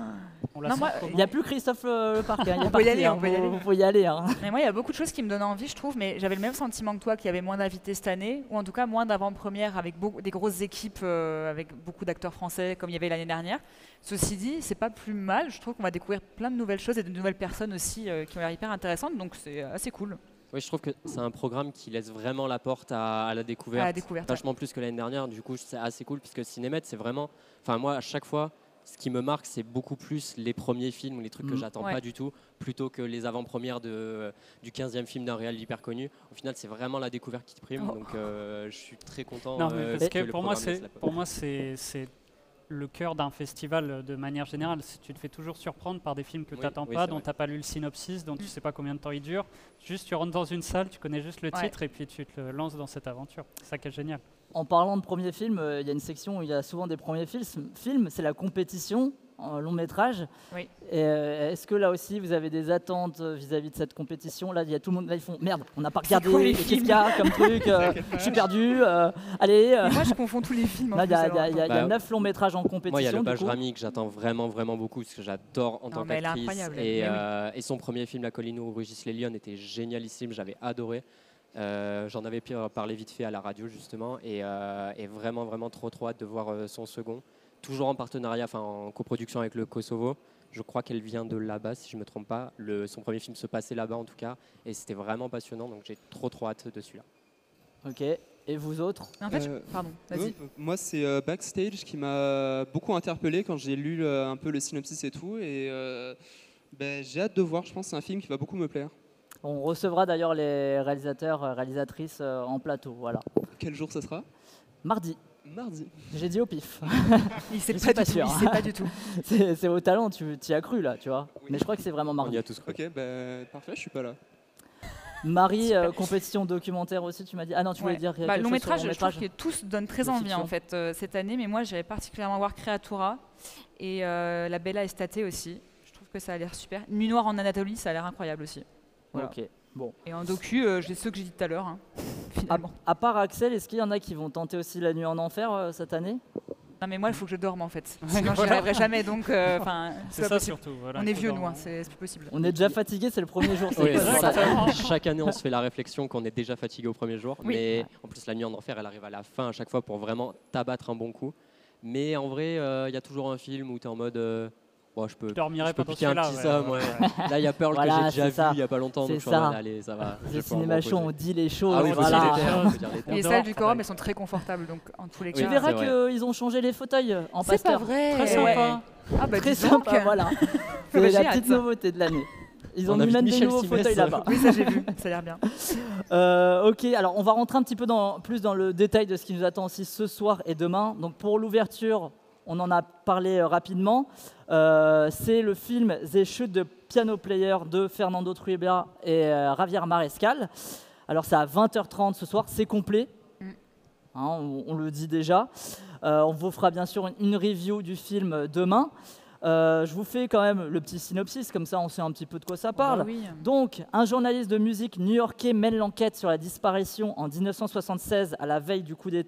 On la Non, sent moi, comment Il n'y a plus Christophe euh, Le Parc, hein, il est On peut y parti, aller, hein, on peut y vous- aller. Vous pouvez y aller. Hein. Mais moi, il y a beaucoup de choses qui me donnent envie, je trouve, mais j'avais le même sentiment que toi, qu'il y avait moins d'invités cette année, ou en tout cas moins d'avant-premières avec beaucoup, des grosses équipes, euh, avec beaucoup d'acteurs français, comme il y avait l'année dernière. Ceci dit, c'est pas plus mal. Je trouve qu'on va découvrir plein de nouvelles choses et de nouvelles personnes aussi euh, qui ont l'air hyper intéressantes, donc c'est assez cool. Oui, je trouve que c'est un programme qui laisse vraiment la porte à, à la découverte. À la découverte, Vachement plus que l'année dernière. Du coup, c'est assez cool puisque Cinémed, c'est vraiment. Enfin, moi, à chaque fois, ce qui me marque, c'est beaucoup plus les premiers films ou les trucs que Mhm. j'attends Ouais. pas du tout, plutôt que les avant-premières de, du quinzième film d'un réal hyper connu. Au final, c'est vraiment la découverte qui te prime. Oh. Donc, euh, je suis très content. Non, mais euh, parce que le pour moi, programme laisse c'est la porte. pour moi c'est c'est le cœur d'un festival euh, de manière générale. Si tu te fais toujours surprendre par des films que Oui, tu n'attends oui, pas, c'est dont vrai. tu n'as pas lu le synopsis, dont tu sais pas combien de temps il dure. Juste, tu rentres dans une salle, tu connais juste le Ouais. titre et puis tu te lances dans cette aventure. C'est ça qui est génial. En parlant de premiers films, euh, il y a une section où il y a souvent des premiers films. Films, c'est la compétition en long métrage. Oui. Et, euh, Est-ce que là aussi vous avez des attentes euh, vis-à-vis de cette compétition? Là, il y a tout le monde. Là, ils font merde. On n'a pas regardé. quoi les Qu'est-ce films qu'il y a comme truc euh, Je suis perdu. euh, allez. euh. Mais moi, je confonds tous les films. en Là, il y plus, a- il y a- alors, il y a- il y a Bah, neuf longs métrages en compétition. Moi, il y a le du Baj coup. Rami que j'attends vraiment, vraiment beaucoup, parce que j'adore en Non, tant mais elle est qu'actrice. incroyable, Et, mais oui. euh, et son premier film, La Colline où rugissent les lions, était génialissime, j'avais adoré. Euh, J'en avais pi- parlé vite fait à la radio, justement, et, euh, et vraiment, vraiment trop, trop hâte de voir euh, son second. Toujours en partenariat, enfin en coproduction avec le Kosovo. Je crois qu'elle vient de là-bas, si je ne me trompe pas. Le, son premier film se passait là-bas, en tout cas, et c'était vraiment passionnant, donc j'ai trop, trop hâte de celui-là. Ok. Et vous autres? Mais en fait, je- Euh, pardon, vas-y. Ouais, moi, c'est euh, Backstage qui m'a beaucoup interpellé quand j'ai lu euh, un peu le synopsis et tout. Et euh, ben, j'ai hâte de voir. Je pense que c'est un film qui va beaucoup me plaire. On recevra d'ailleurs les réalisateurs, euh, réalisatrices euh, en plateau. Voilà. Quel jour ça sera? Mardi. Mardi. J'ai dit au pif. Il sait je pas, suis pas du tout. sûr. Il sait pas du tout. C'est c'est au talent, tu y as cru là, tu vois. Oui. Mais je crois que c'est vraiment On mardi. y a tous cru. Ok, ben, parfait, je suis pas là. Marie, euh, compétition documentaire aussi, tu m'as dit. Ah non, tu voulais Ouais. dire Bah, quelque long chose sur métrage, le je trouve que tous donnent très De envie fiction. en fait euh, cette année, mais moi j'avais particulièrement voir Creatura et euh, La Bella Estate aussi. Je trouve que ça a l'air super. Nuit noire en Anatolie, ça a l'air incroyable aussi. Voilà. Ok. Bon. Et en docu, euh, j'ai ceux que j'ai dit tout à l'heure, hein, À, finalement. à part Axel, est-ce qu'il y en a qui vont tenter aussi La Nuit en Enfer euh, cette année? Non mais moi, il faut que je dorme en fait. Ouais, Sinon, je n'y voilà. arriverai jamais. Donc, euh, enfin, C'est pas ça possible. surtout. Voilà, On il est faut vieux, dans- nous, hein, c'est c'est plus possible. On est déjà fatigué, c'est le premier jour. c'est Oui, quoi, c'est ça ça. Chaque année, on se fait la réflexion qu'on est déjà fatigué au premier jour. Oui. Mais en plus, La Nuit en Enfer, elle arrive à la fin à chaque fois pour vraiment t'abattre un bon coup. Mais en vrai, il y a toujours un film où tu es en mode. euh, bon, je peux, Je dormirai je peux pendant piquer un celui-là. petit ouais, somme. ouais, ouais. ouais. Là, il y a Pearl Voilà, que j'ai déjà c'est vu ça. il n'y a pas longtemps. C'est Donc je suis en ça. mode, allez, ça va. je Les vais pouvoir me cinémachos, on reposer. dit les choses. Ah oui, faut voilà. dire les termes, faut dire les termes. Les On salles dort, du ça Corum, va. elles sont très confortables, donc en tous les Oui, cas. Tu verras c'est vrai. qu'ils ont changé les fauteuils en C'est pas pasteur. vrai. Très Ouais. sympa. Ah bah Très dis donc. sympa, voilà. Bah, C'est j'ai la hâte. petite nouveauté de l'année. Ils ont On mis invite même des Michel nouveaux Simès. fauteuils là-bas. Oui, ça j'ai vu, ça a l'air bien. Euh, ok, alors on va rentrer un petit peu dans, plus dans le détail de ce qui nous attend aussi ce soir et demain. Donc pour l'ouverture, on en a parlé euh, rapidement. Euh, c'est le film The Chutes de Piano Player de Fernando Trueba et euh, Javier Marescal. Alors c'est à vingt heures trente ce soir, c'est complet. Mm. Hein, on, on le dit déjà. Euh, on vous fera bien sûr une, une review du film demain. Euh, je vous fais quand même le petit synopsis, comme ça on sait un petit peu de quoi ça parle. Bah oui. Donc, un journaliste de musique new-yorkais mène l'enquête sur la disparition en mille neuf cent soixante-seize, à la veille du coup d'État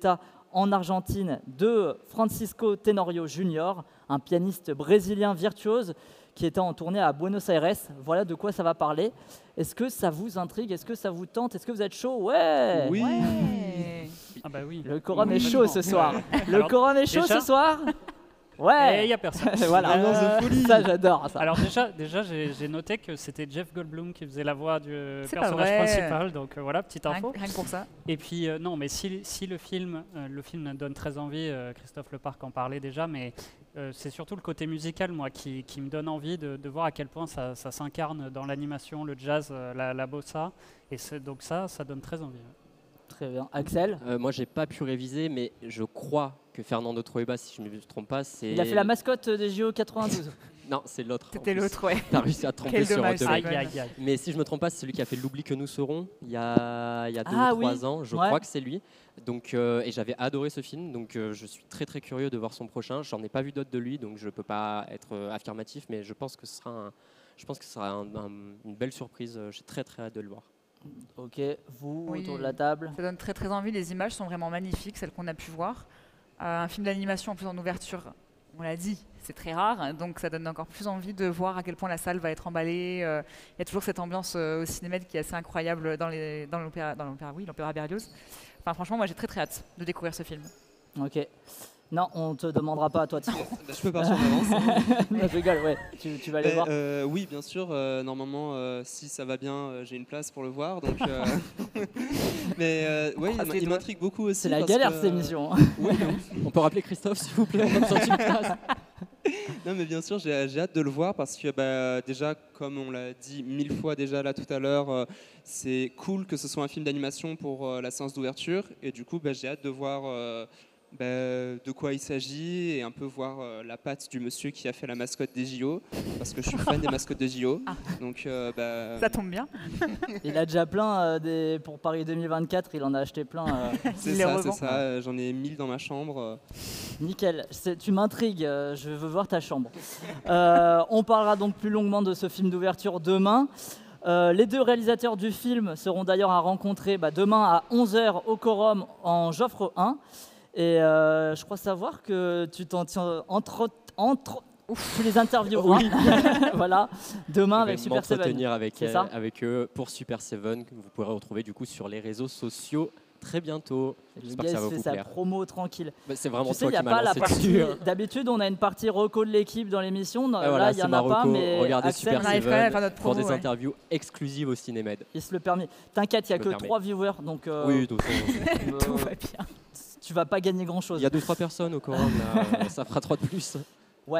en Argentine de Francisco Tenorio junior, un pianiste brésilien virtuose qui était en tournée à Buenos Aires. Voilà de quoi ça va parler. Est-ce que ça vous intrigue? Est-ce que ça vous tente? Est-ce que vous êtes chaud? Ouais. Oui. Ouais. Ah bah oui. Le quorum Oui, est chaud ce soir. Le Alors, quorum est chaud déjà- ce soir. Et Ouais. il n'y a personne. Voilà. Ambiance de folie. Ça j'adore ça. Alors déjà, déjà j'ai j'ai noté que c'était Jeff Goldblum qui faisait la voix du C'est pas personnage vrai. principal, donc euh, voilà, petite Rien, info. rien que pour ça. Et puis euh, non, mais si, si le film, euh, le film donne très envie, euh, Christophe Leparc en parlait déjà, mais euh, c'est surtout le côté musical, moi, qui, qui me donne envie de, de voir à quel point ça, ça s'incarne dans l'animation, le jazz, euh, la, la bossa, et c'est- donc ça, ça donne très envie. Très bien. Axel, Euh, moi, j'ai pas pu réviser, mais je crois que Fernando Trueba, si je ne me trompe pas, c'est. il a fait la mascotte des J O quatre-vingt-douze. Non, c'est l'autre. en C'était plus. l'autre, ouais. T'as réussi à te tromper Quel sur dommage, deux ça. Aïe, mecs. Aïe, aïe, aïe. Mais si je me trompe pas, c'est celui qui a fait L'oubli que nous serons il y a, il y a deux Ah ou trois oui. ans. Je Ouais. crois que c'est lui. Donc, euh, et j'avais adoré ce film, donc euh, je suis très très curieux de voir son prochain. J'en ai pas vu d'autres de lui, donc je peux pas être euh, affirmatif, mais je pense que ce sera, un- je pense que ce sera un- un- une belle surprise. J'ai très très hâte de le voir. Ok, vous Oui. autour de la table. Ça donne très très envie, les images sont vraiment magnifiques, celles qu'on a pu voir. Euh, un film d'animation en plus en ouverture, on l'a dit, c'est très rare, hein, donc ça donne encore plus envie de voir à quel point la salle va être emballée. Euh, Il y a toujours cette ambiance euh, au cinéma qui est assez incroyable dans les- dans l'opéra, dans l'opéra, oui, l'opéra Berlioz. Enfin franchement, moi j'ai très très hâte de découvrir ce film. Ok. Non, on te demandera pas à toi. Thibaut. Bah, je peux partir en avance. Non, je rigole, ouais. Tu, tu vas aller Ben, voir. euh, oui, bien sûr. euh, normalement, euh, si ça va bien, euh, j'ai une place pour le voir. Donc, euh, mais euh, ouais, croise il, les il doigts. m'intrigue beaucoup aussi. C'est la parce galère que, cette émission. Oui, On peut rappeler Christophe, s'il vous plaît. On a besoin d'une place. non, mais bien sûr, j'ai j'ai hâte de le voir parce que bah, déjà, comme on l'a dit mille fois déjà là tout à l'heure, euh, c'est cool que ce soit un film d'animation pour euh, la séance d'ouverture. Et du coup, bah, j'ai hâte de voir euh, bah, de quoi il s'agit et un peu voir euh, la patte du monsieur qui a fait la mascotte des J O, parce que je suis fan des mascottes de J O. Donc, euh, bah, Ça tombe bien. Il a déjà plein euh, des... pour Paris deux mille vingt-quatre, il en a acheté plein. euh, c'est il les ça, c'est revend. ça. euh, J'en ai mille dans ma chambre. euh. Nickel, C'est- tu m'intrigues, euh, je veux voir ta chambre. Euh, on parlera donc plus longuement de ce film d'ouverture demain. Euh, les deux réalisateurs du film seront d'ailleurs à rencontrer bah, demain à onze heures au Quorum en Joffre un. Et euh, je crois savoir que tu t'en tiens entre... entre tu les intervieweras. Voilà, demain Je avec vais Super Seven. m'entretenir avec, C'est euh, ça avec eux pour Super Seven, que vous pourrez retrouver du coup sur les réseaux sociaux très bientôt. Le J'espère gars que ça il va fait vous sa plaire. promo tranquille. Bah, c'est vraiment Tu sais, toi il n'y a qui pas m'as la lancé partie. dessus. hein. D'habitude, on a une partie reco de l'équipe dans l'émission. Ah, voilà, Là, il n'y c'est en a pas, Marocco. mais Regardez Axel, Super on arrive quand même à Seven faire notre pour promo, des ouais. interviews exclusives au Cinémed. il se le permet. T'inquiète, il n'y a Je que me permets. trois viewers, donc euh, Oui, donc, euh, euh, Tout va bien. tu vas pas gagner il grand-chose. y a deux trois personnes au Quorum, là, euh, ça fera trois de plus. Ouais.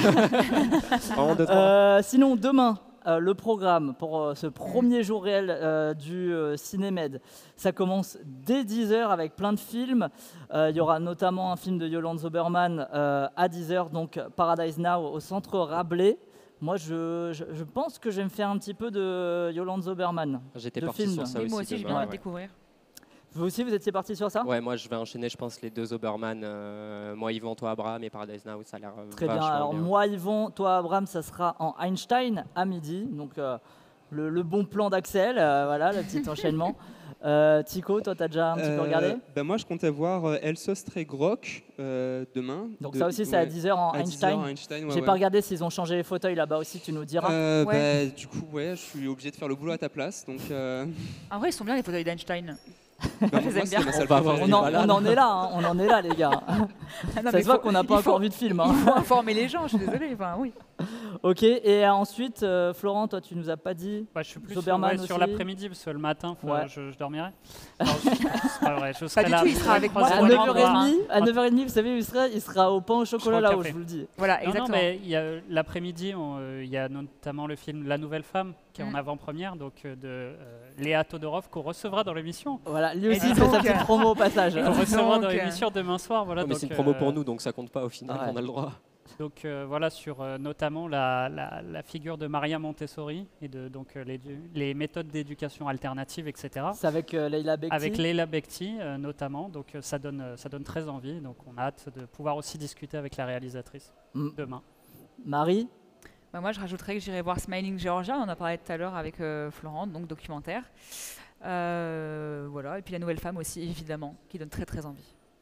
Vraiment deux, trois. Euh, sinon, demain, euh, le programme pour euh, ce premier jour réel euh, du euh, Cinémed, ça commence dès dix heures avec plein de films. Euh, Il y aura notamment un film de Yolande Zoberman euh, à dix heures, donc Paradise Now au Centre Rabelais. Moi, je, je, je pense que je vais me faire un petit peu de Yolande Zoberman. J'étais de parti film. sur ça Oui, aussi. moi aussi, j'ai demain, bien envie de ouais. découvrir. Vous aussi, vous étiez parti sur ça? Ouais, moi je vais enchaîner, je pense, les deux Oberman. euh, moi, Yvan, toi, Abraham et Paradise Now, ça a l'air euh, Très bien. vachement Alors bien. moi, Yvon, toi, Abraham, ça sera en Einstein à midi. Donc euh, le, le bon plan d'Axel, euh, voilà, le petit enchaînement. Euh, Tico, toi, t'as déjà un petit peu Euh, regardé? bah, moi, je comptais voir euh, Elsos Grock euh, demain. Donc De- ça aussi, c'est à ouais, dix heures en à dix heures, Einstein. Einstein, ouais, J'ai ouais. pas regardé s'ils ont changé les fauteuils là-bas aussi, tu nous diras. Euh, Ouais. bah, du coup, ouais, je suis obligé de faire le boulot à ta place. Donc, euh, En vrai, ils sont bien les fauteuils d'Einstein. bah, je les moi, aime c'est bien. ma salle On va avoir préférée. on, en, voilà. on en est là, hein, on en est là, les gars. Ah non, Ça mais se voit faut- qu'on n'a pas il faut- encore vu de film. Il hein. faut informer les gens, je suis désolée. Enfin, oui. Ok, et ensuite, euh, Florent, toi, tu nous as pas dit. Bah, je suis plus sur, Zoberman ouais, sur aussi. l'après-midi, parce que le matin, faut- Ouais. je, je dormirai. Alors, je- c'est pas vrai, je serai du là. tout, il sera avec moi À pour neuf les heures trente, à neuf heures trente, vous savez, il sera, il sera au pain au chocolat au là-haut, café. je vous le dis. Voilà, Non, non, exactement. mais il y a euh, l'après-midi, on, euh, il y a notamment le film La Nouvelle Femme, qui est en Mm. avant-première, donc euh, de euh, Léa Todorov, qu'on recevra dans l'émission. Voilà, lui Et aussi dis il fait sa donc, petite euh, promo au passage. Qu'on recevra dans Donc, euh, l'émission demain soir. Voilà, Ouais, mais donc, c'est une promo euh, pour nous, donc ça compte pas au final, Ouais. on a le droit. Donc euh, voilà, sur euh, notamment la, la- la figure de Maria Montessori et de donc, euh, les, les méthodes d'éducation alternative, et cetera. C'est avec euh, Leila Bekti. Avec Leila Bekti euh, notamment, donc euh, ça, donne, euh, ça donne très envie. Donc on a hâte de pouvoir aussi discuter avec la réalisatrice Mm. demain. Marie, Bah, moi, je rajouterais que j'irai voir Smiling Georgia. On en a parlé tout à l'heure avec euh, Florent, donc documentaire. Euh, voilà. Et puis La Nouvelle Femme aussi, évidemment, qui donne très très envie.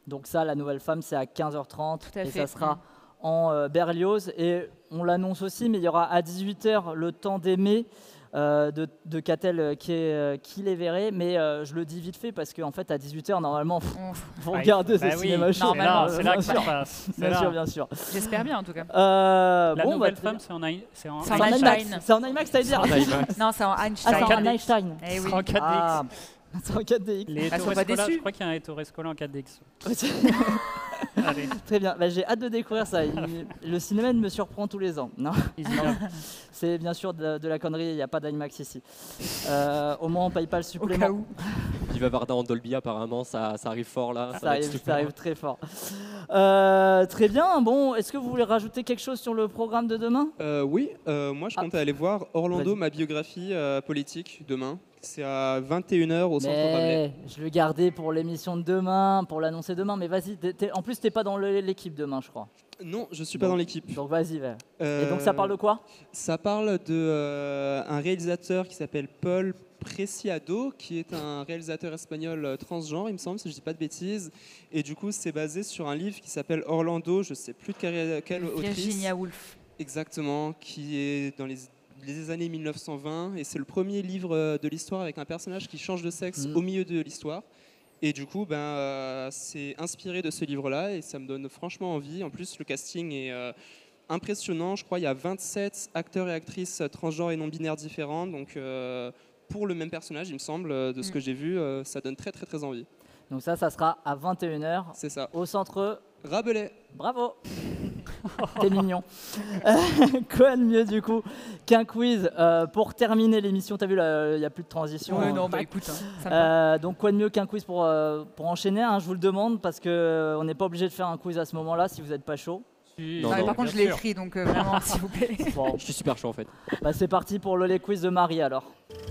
Donc ça, La Nouvelle Femme, c'est à quinze heures trente Tout à et fait. ça sera en euh, Berlioz. Et on l'annonce aussi, mais il y aura à dix-huit heures Le Temps d'aimer euh, de, de Catel euh, qui, est, euh, qui les verrait. Mais euh, je le dis vite fait parce qu'en fait, à dix-huit heures, normalement, On- vous Bah, regardez bah ce oui, cinéma c'est chaud. normalement, là, c'est là bien que ça sûr, se passe. C'est bien là. sûr, bien sûr. J'espère bien en tout cas. Euh, La bon, Nouvelle bah, Femme, c'est en, I- c'est en C'est en c'est en Einstein. IMAX. C'est en IMAX, t'as dire. En IMAX. Non, c'est en Ah, Einstein. c'est en Einstein. Eh oui. C'est en quatre D X. Ah, c'est en quatre D X. Les Ah, ils sont Ettore pas Scola, déçus. je crois qu'il y a un Ettore Scola en quatre D X. Allez, Très bien, bah, j'ai hâte de découvrir ça. Il- le cinéma me surprend tous les ans. Non, easy Non, job. c'est bien sûr de, de la connerie, il n'y a pas d'IMAX ici. Euh, au moins on paye pas le Au supplément. cas où. Viva Varda en Dolby, apparemment, ça, ça arrive fort là. Ça, va être arrive, super. ça arrive très fort. Euh, très bien, bon, est-ce que vous voulez rajouter quelque chose sur le programme de demain? Euh, oui, euh, moi je Ah. compte aller voir Orlando, Vas-y. ma biographie euh, politique, demain. C'est à vingt et une heures au Centre Rabelais. Mais je le gardais pour l'émission de demain, pour l'annoncer demain, mais vas-y, t'es- t'es- en plus t'es pas dans le- l'équipe demain je crois. Non, je suis pas Bon. dans l'équipe. Donc vas-y, va. Euh, Et donc ça parle de quoi? Ça parle de euh, un réalisateur qui s'appelle Paul Preciado, qui est un réalisateur espagnol euh, transgenre, il me semble, si je dis pas de bêtises. Et du coup, c'est basé sur un livre qui s'appelle Orlando, je sais plus de quelle, quelle autrice. Virginia Woolf. Exactement, qui est dans les, les années mille neuf cent vingt. Et c'est le premier livre euh, de l'histoire avec un personnage qui change de sexe Mm. au milieu de l'histoire. Et du coup, ben, euh, c'est inspiré de ce livre-là et ça me donne franchement envie. En plus, le casting est euh, impressionnant. Je crois qu'il y a vingt-sept acteurs et actrices transgenres et non-binaires différents. Donc, euh, pour le même personnage, il me semble, euh, de ce Mm. que j'ai vu, euh, ça donne très, très, très envie. Donc ça, ça sera à vingt et une heures C'est ça. au centre. Rabelais. Bravo. T'es mignon. Euh, quoi de mieux du coup qu'un quiz euh, pour terminer l'émission? T'as vu, il n'y a plus de transition. Ouais, hein. non, bah écoute, hein, ça me va. Euh, donc quoi de mieux qu'un quiz pour, euh, pour enchaîner, hein, je vous le demande, parce qu'on n'est pas obligé de faire un quiz à ce moment-là si vous n'êtes pas chaud. Si, Non, Non, mais non, par contre, je bien l'ai sûr. écrit, donc euh, vraiment, s'il vous plaît. Bon, Je suis super chaud en fait. bah, c'est parti pour le les quiz de Marie alors.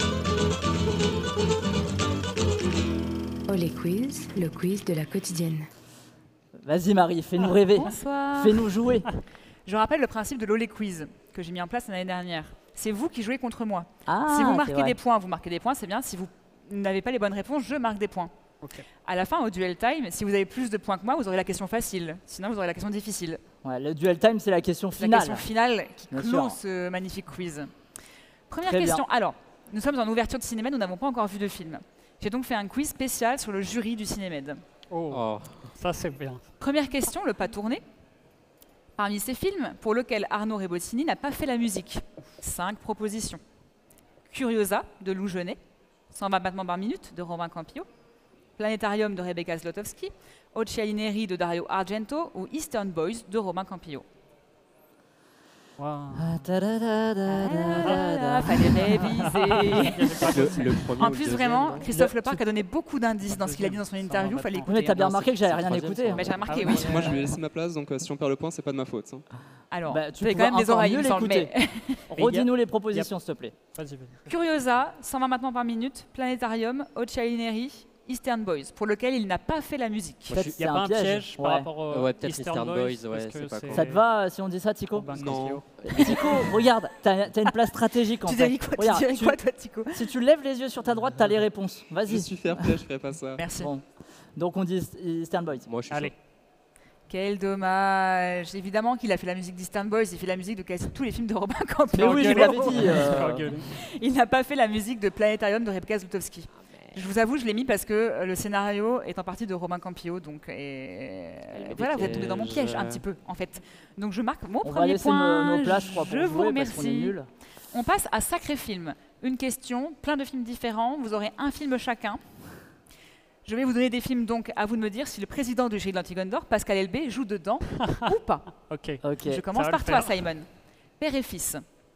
Olé Quiz, le quiz de la quotidienne. Vas-y Marie, fais-nous rêver, Bonsoir. fais-nous jouer. Je rappelle le principe de l'Olé Quiz que j'ai mis en place l'année dernière. C'est vous qui jouez contre moi. Ah, si vous c'est marquez vrai. des points, vous marquez des points, c'est bien. Si vous n'avez pas les bonnes réponses, je marque des points. Ok. À la fin, au duel time, si vous avez plus de points que moi, vous aurez la question facile. Sinon, vous aurez la question difficile. Ouais, le duel time, c'est la question C'est la finale. question finale qui Bien clôt sûr. ce magnifique quiz. Première Très bien. question. Alors, nous sommes en ouverture de Cinémed, nous n'avons pas encore vu de film. J'ai donc fait un quiz spécial sur le jury du Cinémed. Oh, Oh. ça c'est bien. Première question, le pas tourné. Parmi ces films, pour lequel Arnaud Rebottini n'a pas fait la musique, cinq propositions. Curiosa de Lou Genet, cent vingt battements par minute de Romain Campillo, Planétarium de Rebecca Zlotowski, Occhialineri de Dario Argento ou Eastern Boys de Romain Campillo. Wow. Ah, ta-da-da-da-da-da-da. Ah, fallait réviser. Le, le premier En ou le plus, deuxième, vraiment, non Christophe Le- Leparc a donné beaucoup d'indices dans ce qu'il a dit dans son Ça interview. va Fallait maintenant. Oui, écouter. mais t'as bien Non, remarqué c'est- que j'avais c'est rien le écouté. troisième, hein. Bah, j'ai remarqué, Ah oui. Moi, je lui ai laissé ma place, donc euh, si on perd le point, c'est pas de ma faute. hein. Alors, Bah, tu tu avais quand même pourras des encore oreilles, mieux il me semble. l'écouter. mais- Redis-nous les propositions, s'il te plaît. Vas-y, vas-y. Curiosa, cent vingt battements par minute, Planétarium, Occhialineri, Eastern Boys, pour lequel il n'a pas fait la musique. Peut-être Il c'est n'y a pas un un piège. piège, Ouais. par rapport au Ouais, peut-être Eastern Eastern Boys, Boys, ouais, parce que c'est pas con. Ça te va euh, si on dit ça, Tico? Robin Non. Campillo. Tico, regarde, t'as as une place stratégique en Tu fait. dirais quoi, tu Regarde, dirais tu- quoi, toi, Tico? si tu lèves les yeux sur ta droite, t'as les réponses. Je Vas-y. suis fair play, je ferai pas ça. Merci. Bon. Donc on dit Eastern Boys. Moi, je suis Allez. chaud. Quel dommage. Évidemment qu'il a fait la musique d'Eastern Boys, il fait la musique de quasi tous les films de Robin Mais Campillo. oui, je vous l'avais dit. euh, Faut gueuler. Il n'a pas fait la musique de Planétarium de Rebecca Zlotowski. Je vous avoue, je l'ai mis parce que euh, le scénario est en partie de Romain Campillo, donc et, met des voilà, vous êtes tombé dans mon piège pièges, un euh. petit peu, en fait. Donc je marque mon On va premier laisser point. nos, nos places, je crois, pour je vous jouer parce qu'on est remercie. nuls. On passe à Sacré Film. Une question, plein de films différents. Vous aurez un film chacun. Je vais vous donner des films, donc à vous de me dire si le président du jury de l'Antigone d'Or, Pascal Elbé, joue dedans ou pas. Ok. Ok. Je commence va par le toi, faire. Simon. Père et fils.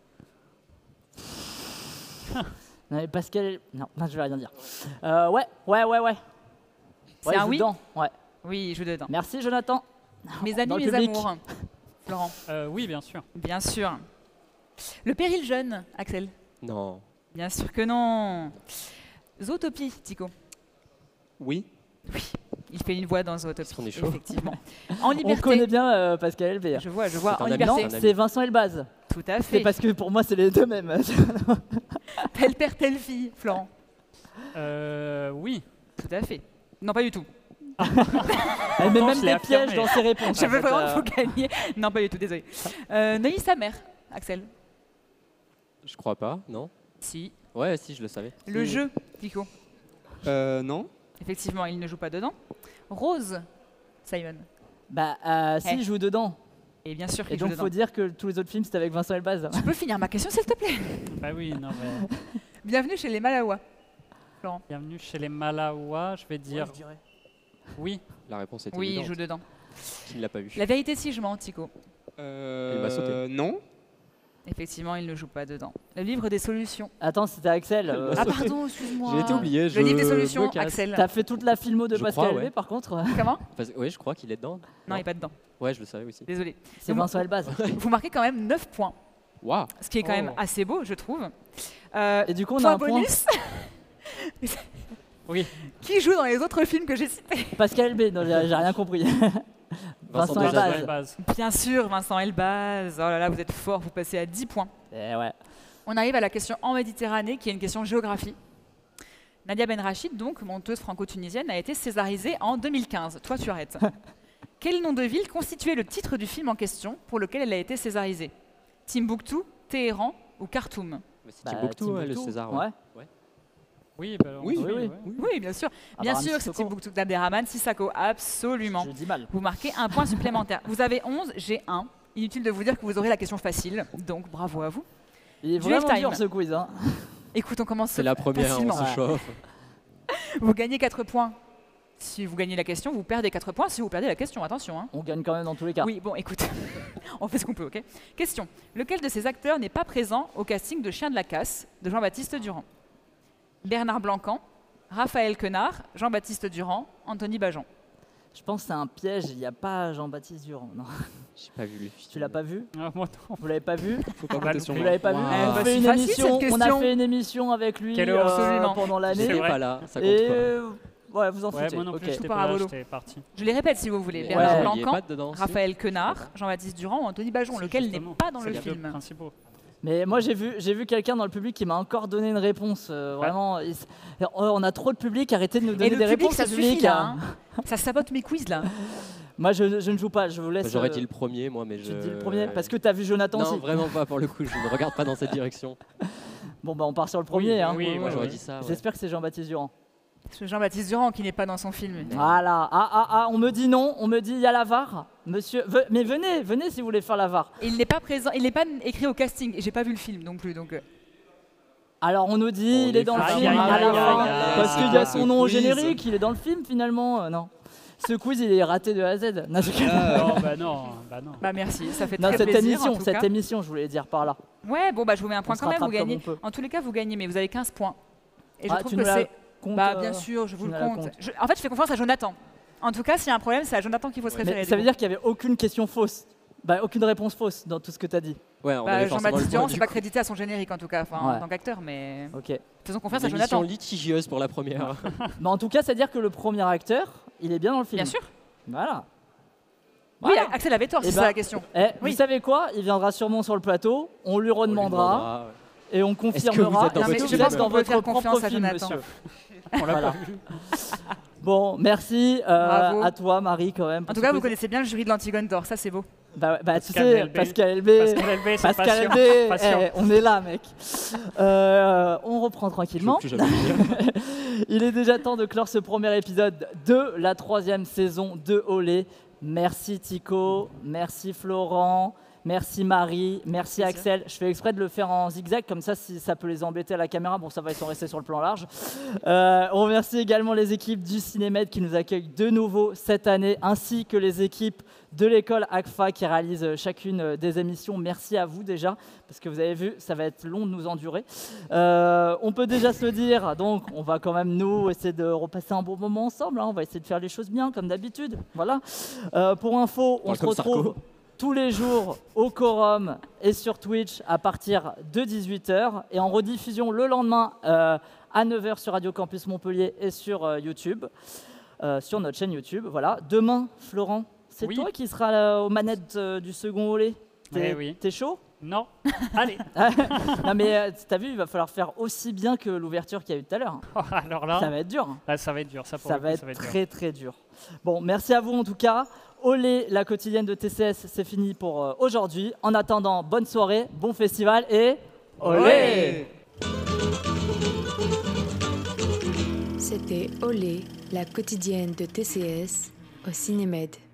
Non, mais Pascal. Non, non, je vais rien dire. Euh, ouais, ouais, ouais, ouais. C'est Ouais, un joue oui dedans, ouais. Oui, il joue dedans. Merci, Jonathan. Mes Dans amis, le mes public. amours. Florent. Euh, oui, bien sûr. Bien sûr. Le péril jeune, Axel. Non. Bien sûr que non. Zootopie, Tico. Oui. Il fait une voix dans Zootopie. Parce qu'on est chaud. Effectivement. En On liberté. connaît bien euh, Pascal Elbé. Je vois, je vois. C'est En un ami. Non, liberté. un ami. c'est Vincent Elbaz. Tout à C'est fait. parce que pour moi, c'est les deux mêmes. Tel père, telle fille, Florent. Euh, oui. Tout à fait. Non, pas du tout. Elle met Pourtant, même je l'ai des pièges affirmé. dans ses réponses. Je en veux fait, vraiment euh. vous gagner. Non, pas du tout, désolé. Euh, Neuilly sa mère, Axel. Je crois pas, non? Si. Ouais, si, je le savais. Le Si. jeu, Pico. Euh, non. Effectivement, il ne joue pas dedans. Rose, Simon. Bah, euh, si, Eh. je joue dedans. Et bien sûr Et qu'il joue donc, dedans. faut dire que tous les autres films, c'était avec Vincent Elbaz. Tu peux finir ma question, s'il te plaît? Bah oui, non, mais... Bienvenue chez les Malawa. Bienvenue chez les Malawa, je vais dire oui. La réponse était Oui, il évidente. joue dedans. Qui ne l'a pas vu? La vérité, si je mens, Tico. Euh, Il m'a sauté. Non. Effectivement, il ne joue pas dedans. Le livre des solutions. Attends, c'était Axel. euh, Ah pardon, excuse-moi. J'ai été oublié. Je Le livre des solutions, me casse. Axel. T'as fait toute la filmo de Je Pascal crois, Elbé, ouais. par contre. Comment? Parce- Oui, je crois qu'il est dedans. Non, il n'est pas dedans. Ouais, je le savais aussi. Désolé. C'est Vincent Elbaz. Vous marquez quand même neuf points, Waouh. ce qui est quand Oh. même assez beau, je trouve. Euh, Et du coup, on a point un point. bonus. Oui. Qui joue dans les autres films que j'ai cités? Pascal Elbé, non, j'ai j'ai rien compris. Vincent Vincent Elbaz. Elbaz. Elbaz. Bien sûr, Vincent Elbaz. Oh là là, vous êtes fort, vous passez à dix points. Eh ouais. On arrive à la question en Méditerranée, qui est une question géographie. Nadia Benrachid, donc monteuse franco-tunisienne, a été césarisée en deux mille quinze. Toi, tu arrêtes. Quel nom de ville constituait le titre du film en question pour lequel elle a été césarisée? Timbuktu, Téhéran ou Khartoum? Mais c'est Bah, Timbuktu, ouais, le Timbuktu. César. Ouais. Oui, bah, on Oui, suit, oui, oui. ouais. Oui, bien sûr. Bien Abraham sûr, c'est Sissoko. Timbuktu d'Abderrahmane Sissako, absolument. Je dis mal. Vous marquez un point supplémentaire. Vous avez onze, j'ai un. Inutile de vous dire que vous aurez la question facile, donc bravo à vous. Il est Duel vraiment time. dur ce quiz. Hein. Écoute, on commence C'est la première, on facilement. se Ouais. chauffe. Vous gagnez quatre points. Si vous gagnez la question, vous perdez quatre points. Si vous perdez la question, attention. Hein. On gagne quand même dans tous les cas. Oui, bon, écoute, on fait ce qu'on peut, ok? Question. Lequel de ces acteurs n'est pas présent au casting de Chien de la Casse de Jean-Baptiste Durand? Bernard Blancan, Raphaël Quenard, Jean-Baptiste Durand, Anthony Bajon. Je pense que c'est un piège. Il n'y a pas Jean-Baptiste Durand. Non. J'ai pas vu le film. Tu l'as pas vu? Ah, moi, non. Vous l'avez pas vu? Faut pas On va compter le sur Vous faire. moi. l'avez pas vu? Wow. On, bah, fait c'est une facile, émission, cette on a question. fait une émission avec lui Quelle euh, horreur. Absolument. pendant Je l'année. sais vrai. pas là, ça compte Et pas. euh, ouais, vous en Ouais, foutez. moi non Ok. plus, j'étais Tout pas par là, volo. j'étais parti. Je les répète si vous voulez. Ouais, Bernard il est Blancan, pas dedans, si. Raphaël Quenard, Jean-Baptiste Durand ou Anthony Bajon, Si, lequel n'est justement. pas dans C'est le les deux film. principaux. Mais moi j'ai vu, j'ai vu quelqu'un dans le public qui m'a encore donné une réponse. euh, vraiment, il s- on a trop de public. Arrêtez de nous Et donner le des public, réponses. ça au suffit public, là. hein. hein. Ça sabote mes quiz là. Moi je, je ne joue pas. Je vous laisse. J'aurais euh, dit le premier, moi, mais je. Tu dis le premier parce que t'as vu Jonathan Non, aussi. vraiment pas pour le coup. Je ne regarde pas dans cette direction. Bon bah on part sur le premier. hein. oui, Moi, ouais, j'aurais ouais. dit ça. ouais. J'espère que c'est Jean-Baptiste Durand. C'est Jean-Baptiste Durand qui n'est pas dans son film. Voilà. Ah ah ah. On me dit non. On me dit il y a la V A R. Monsieur. Ve- mais venez, venez si vous voulez faire la V A R. Il n'est pas présent, il n'est pas écrit au casting. Et j'ai pas vu le film non plus, donc. euh, Alors on nous dit On il est est dans le fou. film Aïe, à aïe, la aïe, fin aïe, aïe. parce C'est qu'il y quoi a ce son nom au quiz? générique. Il est dans le film finalement. Euh, non. Ce quiz il est raté de A à Z. Non, je- Non, bah non, bah non. Bah merci, ça fait non, très cette plaisir. émission, en tout cette cas. émission, je voulais dire par là. Ouais, bon bah je vous mets un point se quand même, vous rattrape comme gagnez. on peut. En tous les cas, vous gagnez, mais vous avez quinze points. Et je Ah, trouve tu que nous la c'est. comptes, Bah euh, bien sûr, je tu vous le nous la compte. comptes. Je- En fait, je fais confiance à Jonathan. En tout cas, s'il y a un problème, c'est à Jonathan qu'il faut se référer. Mais du ça veut coup. dire qu'il n'y avait aucune question fausse. Bah, aucune réponse fausse dans tout ce que tu as dit. Ouais, on Bah, avait forcément Jean-Baptiste le Durand, point, c'est du pas coup. crédité à son générique en tout cas, enfin, Ouais. en tant qu'acteur, mais Ok. faisons confiance à Une émission Jonathan. litigieuse pour la première. Mais en tout cas, c'est-à-dire que le premier acteur, il est bien dans le film. Bien sûr. Voilà. Oui, Voilà. Axel avait tort, Eh c'est ben, ça la question. Eh, Oui. Vous savez quoi? Il viendra sûrement sur le plateau, on lui On lui redemandera demandera, ouais. et on que vous confirmera. êtes dans Est-ce votre que film vous êtes Je dans pense qu'on peut votre faire propre confiance à film, Jonathan. monsieur. On l'a Voilà. pas vu. Bon, merci euh, Bravo. à toi, Marie, quand même. En pour tout ce cas, vous quiz. connaissez bien le jury de l'Antigone d'Or, ça c'est beau. Bah, bah, tu Pascal sais, Elbé. Pascal Elbé. Pascal Elbé, c'est Pascal patient. Elbé, Patient. eh, on est là, mec. Euh, on reprend Je veux tranquillement. plus jamais le dire. Il est déjà temps de clore ce premier épisode de la troisième saison de Olé. Merci Tico, merci Florent, merci Marie, merci Axel. Je fais exprès de le faire en zigzag, comme ça si ça peut les embêter à la caméra, bon ça va, ils sont restés sur le plan large. Euh, on remercie également les équipes du Cinémed qui nous accueillent de nouveau cette année, ainsi que les équipes de l'école A C F A qui réalisent chacune des émissions. Merci à vous déjà, parce que vous avez vu, ça va être long de nous endurer. Euh, on peut déjà se le dire, donc on va quand même nous essayer de repasser un bon moment ensemble, hein. On va essayer de faire les choses bien comme d'habitude. Voilà. Euh, pour info, on Parle se comme retrouve Sarko. tous les jours au Quorum et sur Twitch à partir de dix-huit heures et en rediffusion le lendemain euh, à neuf heures sur Radio Campus Montpellier et sur euh, YouTube, euh, sur notre chaîne YouTube. Voilà. Demain, Florent, c'est Oui. toi qui seras là aux manettes euh, du second Olé. T'es Eh oui. t'es chaud? Non. Allez. Non mais euh, t'as vu, il va falloir faire aussi bien que l'ouverture qu'il y a eu tout à l'heure. Alors là, Ça va être dur. hein. ah, ça va être dur. Ça, pour Ça le va coup, être ça va être dur. très très dur. Bon, merci à vous en tout cas. Olé, la quotidienne de T C S, c'est fini pour euh, aujourd'hui. En attendant, bonne soirée, bon festival et olé. C'était Olé, la quotidienne de T C S au Cinémed.